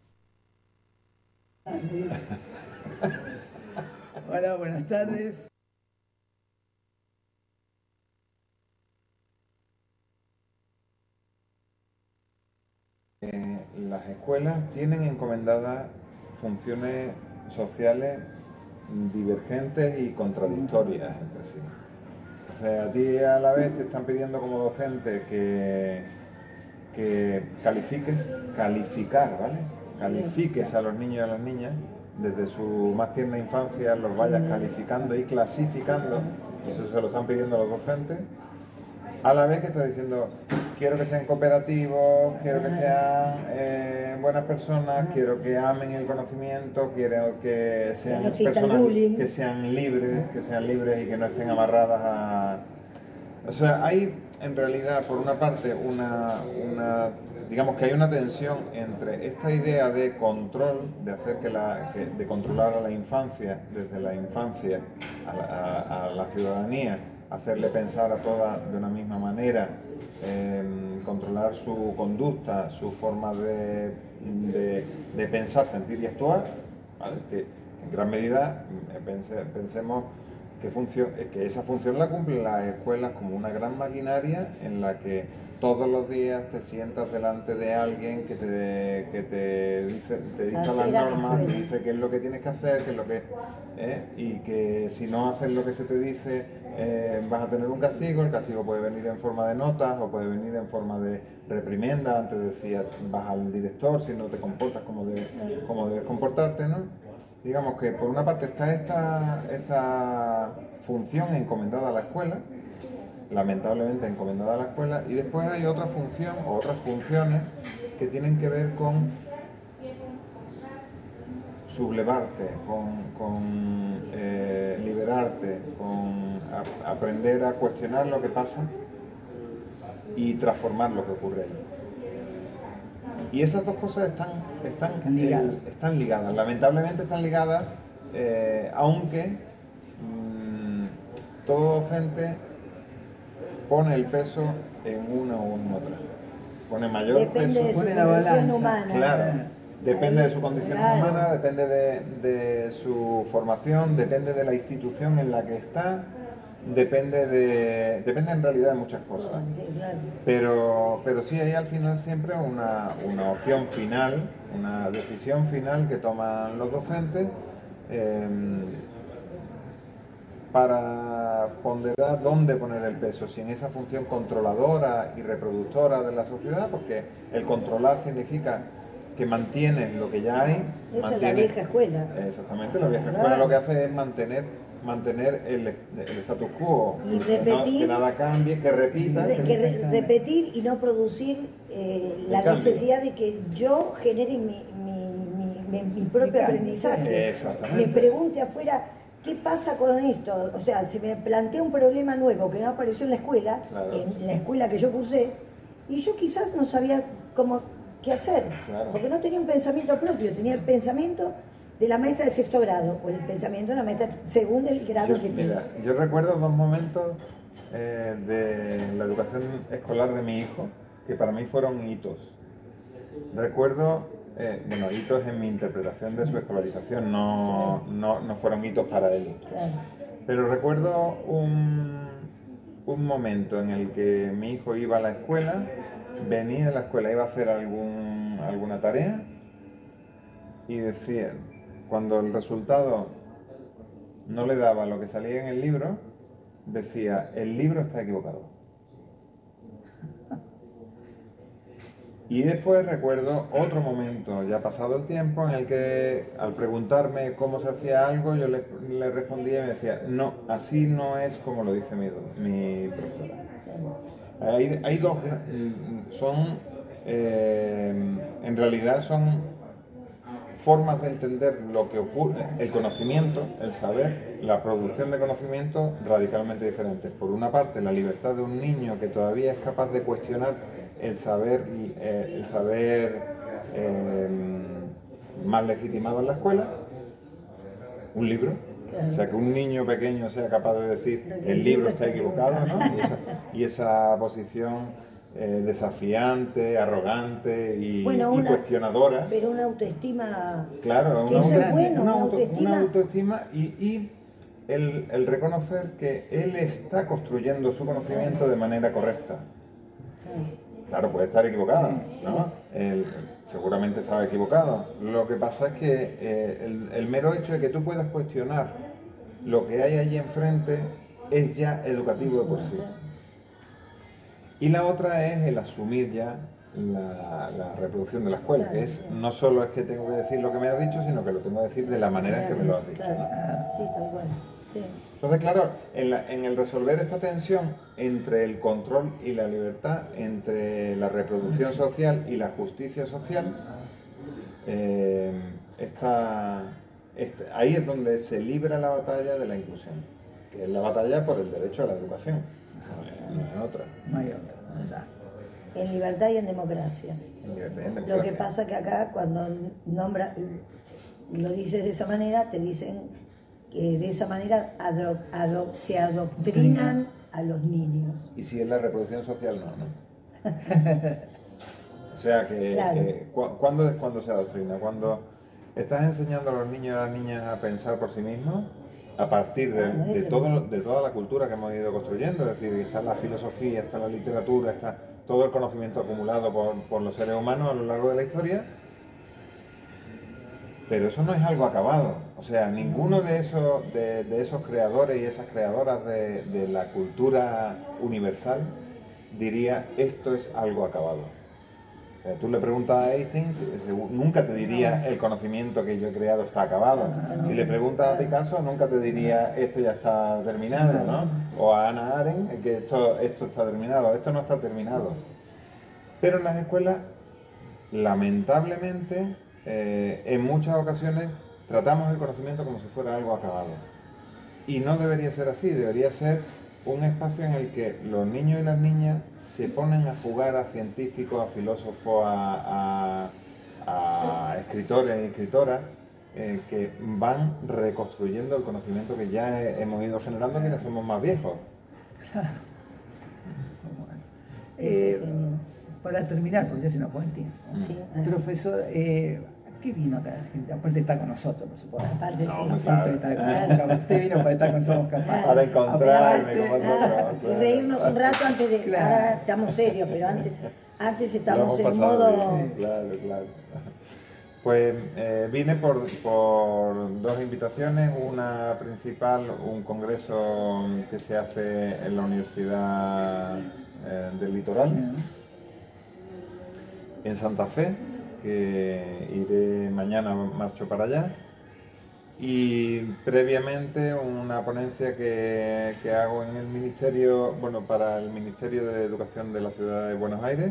[SPEAKER 11] Hola, buenas tardes.
[SPEAKER 9] Eh, las escuelas tienen encomendadas funciones sociales divergentes y contradictorias entre sí. O sea, a ti a la vez te están pidiendo como docente que, que califiques, calificar, ¿vale? Califiques a los niños y a las niñas, desde su más tierna infancia los vayas calificando y clasificando, eso se lo están pidiendo los docentes, a la vez que estás diciendo, quiero que sean cooperativos, quiero que sean eh, buenas personas, quiero que amen el conocimiento, quiero que sean
[SPEAKER 10] no
[SPEAKER 9] personas
[SPEAKER 10] bullying.
[SPEAKER 9] que sean libres, que sean libres y que no estén amarradas a... O sea, hay en realidad, por una parte, una, una digamos que hay una tensión entre esta idea de control, de hacer que la, que, de controlar a la infancia, desde la infancia a la, a, a la ciudadanía, hacerle pensar a todas de una misma manera, eh, controlar su conducta, su forma de, de, de pensar, sentir y actuar, ¿vale? Que en gran medida pense, pensemos que, función, que esa función la cumplen las escuelas como una gran maquinaria en la que todos los días te sientas delante de alguien que te, que te dice, te dicta las normas, te dice qué es lo que tienes que hacer, qué es lo que ¿eh? Y que si no haces lo que se te dice eh, vas a tener un castigo. El castigo puede venir en forma de notas o puede venir en forma de reprimenda. Antes decía, vas al director si no te comportas como, de, como debes comportarte, ¿no? Digamos que por una parte está esta, esta función encomendada a la escuela, lamentablemente encomendada a la escuela, y después hay otra función o otras funciones que tienen que ver con sublevarte, con, con eh, eh, liberarte, con a- aprender a cuestionar lo que pasa y transformar lo que ocurre ahí. Y esas dos cosas están, están,
[SPEAKER 11] Están ligadas.
[SPEAKER 9] el- están ligadas. Lamentablemente están ligadas, eh, aunque mm, todo docente pone el peso en una o en otra. Pone mayor
[SPEAKER 10] Depende
[SPEAKER 9] peso.
[SPEAKER 10] de su
[SPEAKER 11] Pone la
[SPEAKER 10] condición
[SPEAKER 11] balanza.
[SPEAKER 10] humana.
[SPEAKER 9] Claro, depende
[SPEAKER 10] Ahí,
[SPEAKER 9] de su condición
[SPEAKER 10] claro.
[SPEAKER 9] humana, depende de, de su formación, depende de la institución en la que está, depende de depende en realidad de muchas cosas.
[SPEAKER 10] Sí, claro.
[SPEAKER 9] Pero, pero sí hay al final siempre una, una opción final, una decisión final que toman los docentes eh, para ponderar dónde poner el peso, si en esa función controladora y reproductora de la sociedad, porque el controlar significa que mantienes lo que ya hay.
[SPEAKER 10] Eso es la
[SPEAKER 9] mantienes-
[SPEAKER 10] vieja escuela.
[SPEAKER 9] Exactamente, la vieja
[SPEAKER 10] ¿Verdad?
[SPEAKER 9] escuela lo que hace es mantener mantener el, el status quo,
[SPEAKER 10] Y
[SPEAKER 9] que, no-
[SPEAKER 10] repetir-
[SPEAKER 9] que nada cambie, que repita.
[SPEAKER 10] Re-
[SPEAKER 9] que-
[SPEAKER 10] que re- repetir y no producir eh, la
[SPEAKER 9] cambio.
[SPEAKER 10] necesidad de que yo genere mi, mi- mi- mi- mi propio
[SPEAKER 11] cambio.
[SPEAKER 10] aprendizaje.
[SPEAKER 9] Exactamente.
[SPEAKER 10] Me pregunte afuera, ¿qué pasa con esto? O sea, se me plantea un problema nuevo que no apareció en la escuela,
[SPEAKER 9] Claro.
[SPEAKER 10] en la escuela que yo cursé, y yo quizás no sabía cómo qué hacer,
[SPEAKER 9] Claro.
[SPEAKER 10] porque no tenía un pensamiento propio, tenía el pensamiento de la maestra de sexto grado, o el pensamiento de la maestra según el grado
[SPEAKER 9] Yo,
[SPEAKER 10] que
[SPEAKER 9] mira,
[SPEAKER 10] tenga.
[SPEAKER 9] yo recuerdo dos momentos eh, de la educación escolar de mi hijo que para mí fueron hitos. Recuerdo, eh, bueno, hitos en mi interpretación de su escolarización, no, no, no fueron hitos para él.
[SPEAKER 10] Claro.
[SPEAKER 9] Pero recuerdo un, un momento en el que mi hijo iba a la escuela, venía de la escuela, iba a hacer algún, alguna tarea y decía, cuando el resultado no le daba lo que salía en el libro, decía, el libro está equivocado. Y después recuerdo otro momento, ya pasado el tiempo, en el que al preguntarme cómo se hacía algo, yo le, le respondía y me decía, no, así no es como lo dice mi, do- mi profesora. Hay, hay dos, gra- son, eh, en realidad son formas de entender lo que ocurre, el conocimiento, el saber, la producción de conocimiento radicalmente diferentes. Por una parte, la libertad de un niño que todavía es capaz de cuestionar el saber, eh, el saber eh, más legitimado en la escuela, un libro. O sea, que un niño pequeño sea capaz de decir el libro está equivocado, ¿no? Y esa, y esa posición eh, desafiante, arrogante y,
[SPEAKER 10] Bueno,
[SPEAKER 9] y
[SPEAKER 10] una-
[SPEAKER 9] cuestionadora.
[SPEAKER 10] Pero una autoestima.
[SPEAKER 9] Claro,
[SPEAKER 10] Que
[SPEAKER 9] una,
[SPEAKER 10] eso es
[SPEAKER 9] auto-
[SPEAKER 10] bueno,
[SPEAKER 9] una
[SPEAKER 10] una
[SPEAKER 9] auto-
[SPEAKER 10] autoestima.
[SPEAKER 9] una autoestima y, y el, el reconocer que él está construyendo su conocimiento de manera correcta. Claro, puede estar equivocado, ¿no? Él seguramente estaba equivocado. Lo que pasa es que eh, el, el mero hecho de que tú puedas cuestionar lo que hay allí enfrente es ya educativo de por sí. Y la otra es el asumir ya la, la reproducción de la escuela, que es no solo es que tengo que decir lo que me has dicho, sino que lo tengo que decir de la manera en que me lo has dicho.
[SPEAKER 10] Claro,
[SPEAKER 9] ¿no?
[SPEAKER 10] sí, tal cual. Sí.
[SPEAKER 9] Entonces, claro, en, la- en el resolver esta tensión entre el control y la libertad, entre la reproducción social y la justicia social, eh, está, está- ahí es donde se libra la batalla de la inclusión, que es la batalla por el derecho a la educación, no hay- no hay otra.
[SPEAKER 11] No hay otra, exacto.
[SPEAKER 10] En libertad y en democracia.
[SPEAKER 9] En libertad y en
[SPEAKER 10] Lo que
[SPEAKER 9] democracia.
[SPEAKER 10] pasa que acá cuando nombra, lo dices de esa manera, te dicen que de esa manera adro- ado- se adoctrinan a los niños.
[SPEAKER 9] Y si es la reproducción social, no, ¿no? O sea que,
[SPEAKER 10] Claro.
[SPEAKER 9] que cu- ¿cuándo es cuando se adoctrina? Cuando estás enseñando a los niños y a las niñas a pensar por sí mismos, a partir de,
[SPEAKER 10] Ah, no,
[SPEAKER 9] de
[SPEAKER 10] eso
[SPEAKER 9] todo,
[SPEAKER 10] no.
[SPEAKER 9] de toda la cultura que hemos ido construyendo, es decir, está la filosofía, está la literatura, está todo el conocimiento acumulado por, por los seres humanos a lo largo de la historia, pero eso no es algo acabado. O sea, ninguno de esos, de, de esos creadores y esas creadoras de, de la cultura universal diría esto es algo acabado. O sea, tú le preguntas a Einstein, segu- nunca te diría el conocimiento que yo he creado está acabado. Si le preguntas a Picasso, nunca te diría esto ya está terminado, ¿no? O a Hannah Arendt, que esto, esto está terminado. Esto no está terminado. Pero en las escuelas, lamentablemente, eh, en muchas ocasiones tratamos el conocimiento como si fuera algo acabado. Y no debería ser así, debería ser un espacio en el que los niños y las niñas se ponen a jugar a científicos, a filósofos, a, a, a escritores y escritoras eh, que van reconstruyendo el conocimiento que ya hemos ido generando que ya somos más viejos.
[SPEAKER 11] Claro. Eh, para terminar, porque ya se nos fue el tiempo.
[SPEAKER 10] Sí.
[SPEAKER 11] Profesor, eh, ¿qué vino acá? Aparte está con nosotros, por supuesto.
[SPEAKER 10] Aparte,
[SPEAKER 9] No,
[SPEAKER 10] sí.
[SPEAKER 9] me
[SPEAKER 11] Aparte está con nosotros. Usted vino para estar con Somos Capaces.
[SPEAKER 9] Para encontrarme
[SPEAKER 11] Aparte-
[SPEAKER 9] con vosotros.
[SPEAKER 10] Ah, y reírnos un rato antes de...
[SPEAKER 11] Claro.
[SPEAKER 10] Ahora estamos serios, pero antes, antes
[SPEAKER 9] Lo
[SPEAKER 10] estamos
[SPEAKER 9] hemos
[SPEAKER 10] en
[SPEAKER 9] pasado
[SPEAKER 10] modo...
[SPEAKER 9] bien, claro, claro. Pues eh, vine por, por dos invitaciones, una principal, un congreso que se hace en la Universidad eh, del Litoral, en Santa Fe, que iré mañana, marcho para allá, y previamente una ponencia que, que hago en el Ministerio, bueno, para el Ministerio de Educación de la Ciudad de Buenos Aires,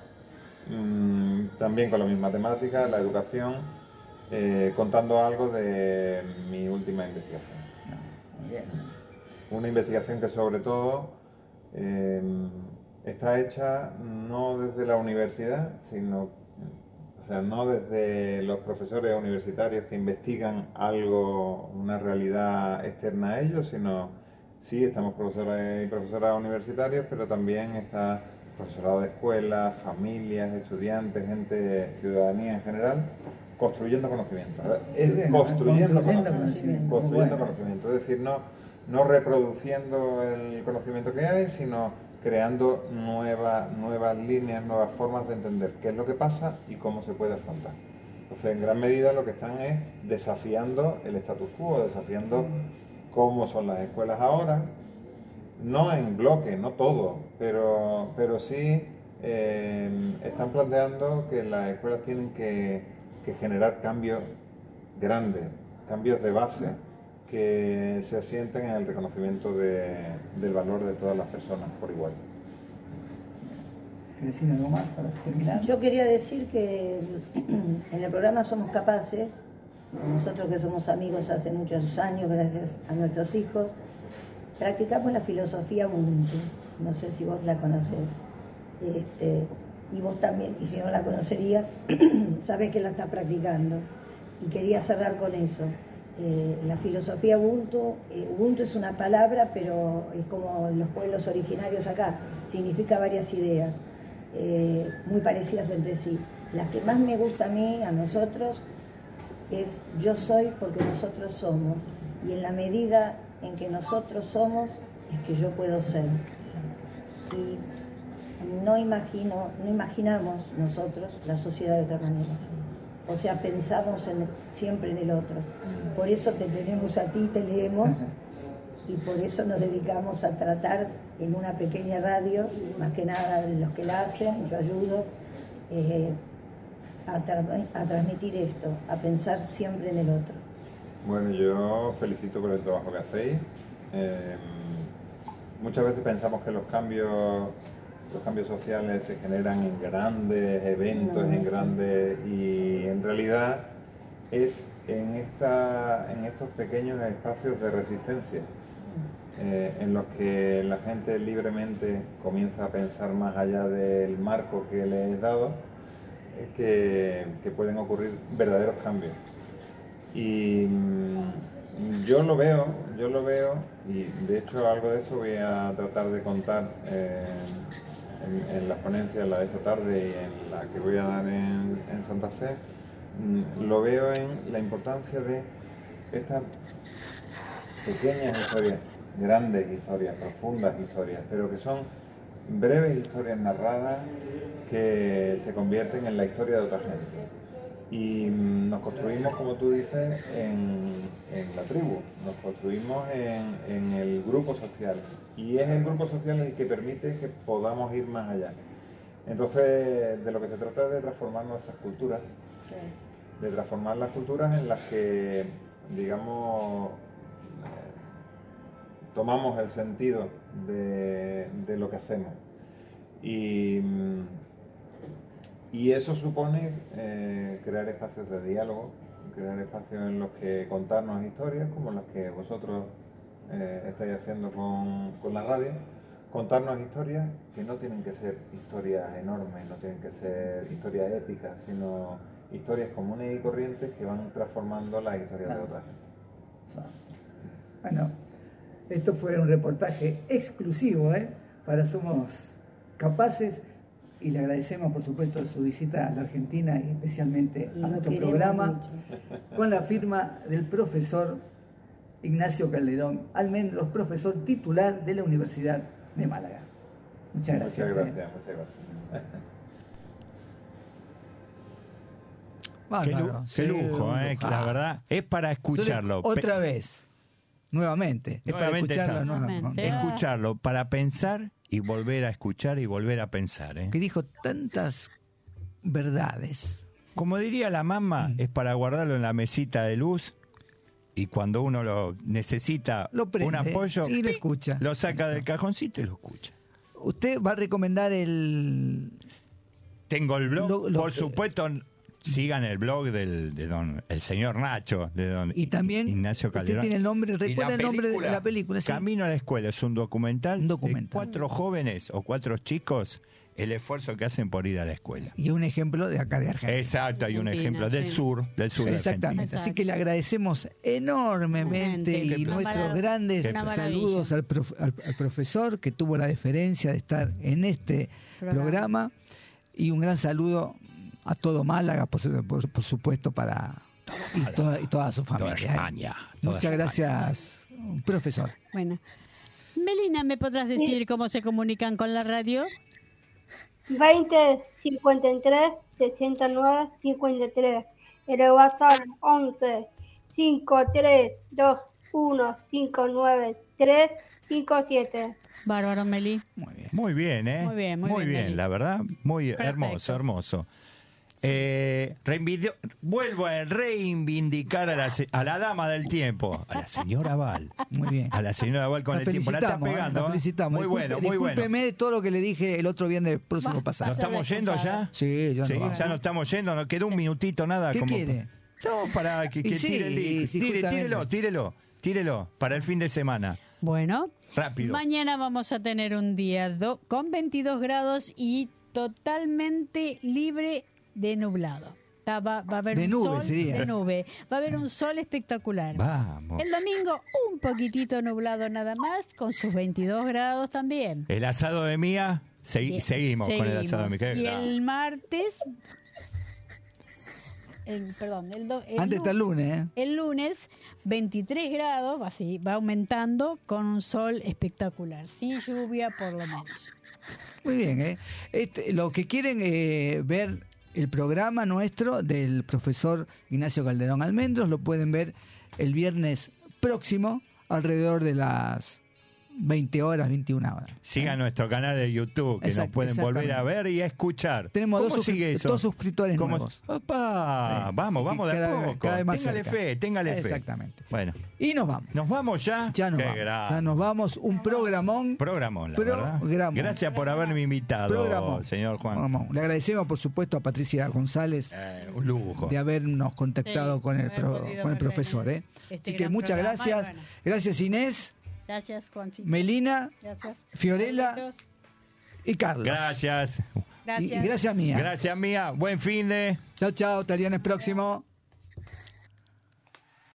[SPEAKER 9] mmm, también con la misma temática, la educación, eh, contando algo de mi última investigación.
[SPEAKER 11] Muy bien.
[SPEAKER 9] Una investigación que sobre todo eh, está hecha no desde la universidad, sino, o sea, no desde los profesores universitarios que investigan algo, una realidad externa a ellos, sino sí, estamos profesores y profesoras universitarios, pero también está profesorado de escuelas, familias, estudiantes, gente, ciudadanía en general, construyendo conocimiento. Es
[SPEAKER 11] Bien,
[SPEAKER 9] construyendo,
[SPEAKER 11] construyendo
[SPEAKER 9] conocimiento.
[SPEAKER 11] conocimiento.
[SPEAKER 9] Construyendo
[SPEAKER 11] Bueno.
[SPEAKER 9] conocimiento. Es decir, no, no reproduciendo el conocimiento que hay, sino creando nuevas, nuevas líneas, nuevas formas de entender qué es lo que pasa y cómo se puede afrontar. Entonces, en gran medida lo que están es desafiando el status quo, desafiando cómo son las escuelas ahora, no en bloque, no todo, pero, pero sí eh, están planteando que las escuelas tienen que, que generar cambios grandes, cambios de base, que se asienten en el reconocimiento de, del valor de todas las personas por igual.
[SPEAKER 11] ¿Quieres decir algo más para terminar?
[SPEAKER 10] Yo quería decir que en el programa Somos Capaces, nosotros que somos amigos hace muchos años, gracias a nuestros hijos, practicamos la filosofía Ubuntu. No sé si vos la conocés. Este, y vos también, y si no la conocerías, sabés que la estás practicando. Y quería cerrar con eso. Eh, la filosofía Ubuntu, eh, Ubuntu es una palabra, pero es como los pueblos originarios acá, significa varias ideas, eh, muy parecidas entre sí. La que más me gusta a mí, a nosotros, es yo soy porque nosotros somos, y en la medida en que nosotros somos, es que yo puedo ser. Y no imagino, no imaginamos nosotros la sociedad de otra manera. O sea, pensamos en, siempre en el otro. Por eso te tenemos a ti, te leemos, y por eso nos dedicamos a tratar en una pequeña radio, más que nada los que la hacen, yo ayudo, eh, a, tra- a transmitir esto, a pensar siempre en el otro.
[SPEAKER 9] Bueno, yo felicito por el trabajo que hacéis. Eh, muchas veces pensamos que los cambios, los cambios sociales se generan en grandes eventos, en grandes, y en realidad es en esta, en estos pequeños espacios de resistencia, eh, en los que la gente libremente comienza a pensar más allá del marco que le es dado, eh, que, que pueden ocurrir verdaderos cambios. Y mm, yo lo veo, yo lo veo, y de hecho algo de eso voy a tratar de contar eh, en, en las ponencias, la de esta tarde y en la que voy a dar en, en Santa Fe. Mm, lo veo en la importancia de estas pequeñas historias, grandes historias, profundas historias, pero que son breves historias narradas que se convierten en la historia de otra gente. Y nos construimos, como tú dices, en, en la tribu, nos construimos en, en el grupo social, y es el grupo social el que permite que podamos ir más allá. Entonces, de lo que se trata es de transformar nuestras culturas, de transformar las culturas en las que, digamos, eh, tomamos el sentido de, de lo que hacemos. Y... Y eso supone eh, crear espacios de diálogo, crear espacios en los que contarnos historias como las que vosotros eh, estáis haciendo con, con la radio, contarnos historias que no tienen que ser historias enormes, no tienen que ser historias épicas, sino historias comunes y corrientes que van transformando las historias claro. de otra gente.
[SPEAKER 11] Bueno, esto fue un reportaje exclusivo ¿eh? para Somos Capaces y le agradecemos por supuesto su visita a la Argentina y especialmente y a nuestro programa mucho. Con la firma del profesor Ignacio Calderón Almendros, profesor titular de la Universidad de Málaga. Muchas gracias.
[SPEAKER 9] Muchas gracias, eh. muchas gracias.
[SPEAKER 2] Bárbaro, qué, lu- qué lujo, eh, ah. la verdad, es para escucharlo.
[SPEAKER 3] Otra Pe- vez, nuevamente, es
[SPEAKER 2] nuevamente
[SPEAKER 3] para escucharlo, nuevamente.
[SPEAKER 2] escucharlo, para pensar y volver a escuchar y volver a pensar. ¿eh?
[SPEAKER 3] Que dijo tantas verdades.
[SPEAKER 2] Como diría la mamá, mm. es para guardarlo en la mesita de luz y cuando uno lo necesita
[SPEAKER 3] lo prende,
[SPEAKER 2] un apoyo,
[SPEAKER 3] y lo escucha.
[SPEAKER 2] Lo saca del cajoncito y lo escucha.
[SPEAKER 3] ¿Usted va a recomendar el...?
[SPEAKER 2] Tengo el blog, lo, lo, por supuesto... Sigan el blog del de don el señor Nacho, de don
[SPEAKER 3] y también
[SPEAKER 2] Ignacio Calderón.
[SPEAKER 3] Usted tiene el nombre, recuerda el nombre de la película. ¿Sí?
[SPEAKER 2] Camino a la escuela es un documental,
[SPEAKER 3] un documental
[SPEAKER 2] de cuatro jóvenes o cuatro chicos, el esfuerzo que hacen por ir a la escuela.
[SPEAKER 3] Y un ejemplo de acá de Argentina.
[SPEAKER 2] Exacto, hay un ejemplo del sur, del sur.
[SPEAKER 3] Exactamente.
[SPEAKER 2] De
[SPEAKER 3] Así que le agradecemos enormemente y nuestros grandes saludos al, prof, al, al profesor que tuvo la deferencia de estar en este programa, programa y un gran saludo a todo Málaga, por, por, por supuesto, para y toda, y toda su familia.
[SPEAKER 2] Toda España.
[SPEAKER 3] ¿eh?
[SPEAKER 2] Toda
[SPEAKER 3] Muchas
[SPEAKER 2] España.
[SPEAKER 3] Gracias, profesor.
[SPEAKER 4] Bueno. Melina, ¿me podrás decir sí. cómo se comunican con la radio?
[SPEAKER 5] veinte cincuenta y tres sesenta y nueve cincuenta y tres. El WhatsApp once cincuenta y tres veintiuno cincuenta y nueve tres cincuenta y siete.
[SPEAKER 4] Bárbaro, Meli.
[SPEAKER 2] Muy bien. Muy bien, ¿eh?
[SPEAKER 4] Muy bien, muy,
[SPEAKER 2] muy
[SPEAKER 4] bien,
[SPEAKER 2] bien la verdad. Muy
[SPEAKER 4] Perfecto.
[SPEAKER 2] hermoso, hermoso. Eh, reinvidio, vuelvo a reivindicar a la, a la dama del tiempo, a la señora Val.
[SPEAKER 3] Muy bien.
[SPEAKER 2] A la señora Val con
[SPEAKER 3] la
[SPEAKER 2] el tiempo. La está pegando.
[SPEAKER 3] La felicitamos.
[SPEAKER 2] Muy
[SPEAKER 3] Disculpe,
[SPEAKER 2] bueno, muy bueno.
[SPEAKER 3] Discúlpeme de todo lo que le dije el otro viernes próximo
[SPEAKER 4] Va,
[SPEAKER 3] pasado.
[SPEAKER 2] ¿Nos estamos yendo ya?
[SPEAKER 3] Sí, ya,
[SPEAKER 2] sí,
[SPEAKER 3] no
[SPEAKER 2] ya nos estamos yendo. Nos quedó un minutito nada.
[SPEAKER 3] ¿Qué
[SPEAKER 2] como
[SPEAKER 3] quiere?
[SPEAKER 2] No, para que, que
[SPEAKER 3] sí,
[SPEAKER 2] tire el link.
[SPEAKER 3] sí,
[SPEAKER 2] Tire, tírelo, tírelo, tírelo para el fin de semana.
[SPEAKER 4] Bueno,
[SPEAKER 2] rápido.
[SPEAKER 4] Mañana vamos a tener un día do, con veintidós grados y totalmente libre de nublado. Va, va a haber
[SPEAKER 3] de
[SPEAKER 4] un
[SPEAKER 3] nube,
[SPEAKER 4] sol
[SPEAKER 3] sería.
[SPEAKER 4] de nube. Va a haber un sol espectacular.
[SPEAKER 2] Vamos.
[SPEAKER 4] El domingo un poquitito nublado nada más, con sus veintidós grados también.
[SPEAKER 2] El asado de Mía, segui- seguimos, seguimos con el asado de Mía.
[SPEAKER 4] Y el martes, el, perdón, el, do, el
[SPEAKER 3] antes está el lunes, ¿eh?
[SPEAKER 4] El lunes, veintitrés grados, así va aumentando con un sol espectacular, sin lluvia por lo menos.
[SPEAKER 3] Muy bien, ¿eh? Este, lo que quieren eh, ver el programa nuestro del profesor Ignacio Calderón Almendros lo pueden ver el viernes próximo alrededor de las veinte horas, veintiuna horas.
[SPEAKER 2] Sigan ¿eh? nuestro canal de YouTube, que
[SPEAKER 3] Exacto,
[SPEAKER 2] nos pueden volver a ver y a escuchar.
[SPEAKER 3] Tenemos
[SPEAKER 2] ¿Cómo
[SPEAKER 3] dos,
[SPEAKER 2] sigue eso?
[SPEAKER 3] dos suscriptores
[SPEAKER 2] ¿Cómo?
[SPEAKER 3] nuevos.
[SPEAKER 2] Opa, sí, vamos, vamos de a poco.
[SPEAKER 3] Cada vez más
[SPEAKER 2] téngale
[SPEAKER 3] cerca.
[SPEAKER 2] fe, téngale fe.
[SPEAKER 3] Exactamente.
[SPEAKER 2] Bueno.
[SPEAKER 3] Y nos vamos.
[SPEAKER 2] ¿Nos vamos ya?
[SPEAKER 3] Ya nos
[SPEAKER 2] Qué
[SPEAKER 3] vamos.
[SPEAKER 2] grande.
[SPEAKER 3] Ya nos vamos. Un programón.
[SPEAKER 2] Programón, la
[SPEAKER 3] Programón.
[SPEAKER 2] verdad. Gracias por haberme invitado,
[SPEAKER 3] Programón.
[SPEAKER 2] señor Juan.
[SPEAKER 3] Programón. Le agradecemos, por supuesto, a Patricia González
[SPEAKER 2] eh, un lujo.
[SPEAKER 3] de habernos contactado
[SPEAKER 4] sí,
[SPEAKER 3] con, el pro, con el profesor. ¿eh?
[SPEAKER 4] Este
[SPEAKER 3] Así que muchas gracias. Bueno. Gracias, Inés.
[SPEAKER 4] Gracias, Juancito.
[SPEAKER 3] Melina,
[SPEAKER 4] gracias.
[SPEAKER 3] Fiorella
[SPEAKER 4] Carlitos.
[SPEAKER 3] y Carlos.
[SPEAKER 2] Gracias.
[SPEAKER 4] Gracias.
[SPEAKER 3] Y, y gracias, Mía.
[SPEAKER 2] Gracias, Mía. Buen fin de...
[SPEAKER 3] Chao, chao. Hasta el viernes próximo.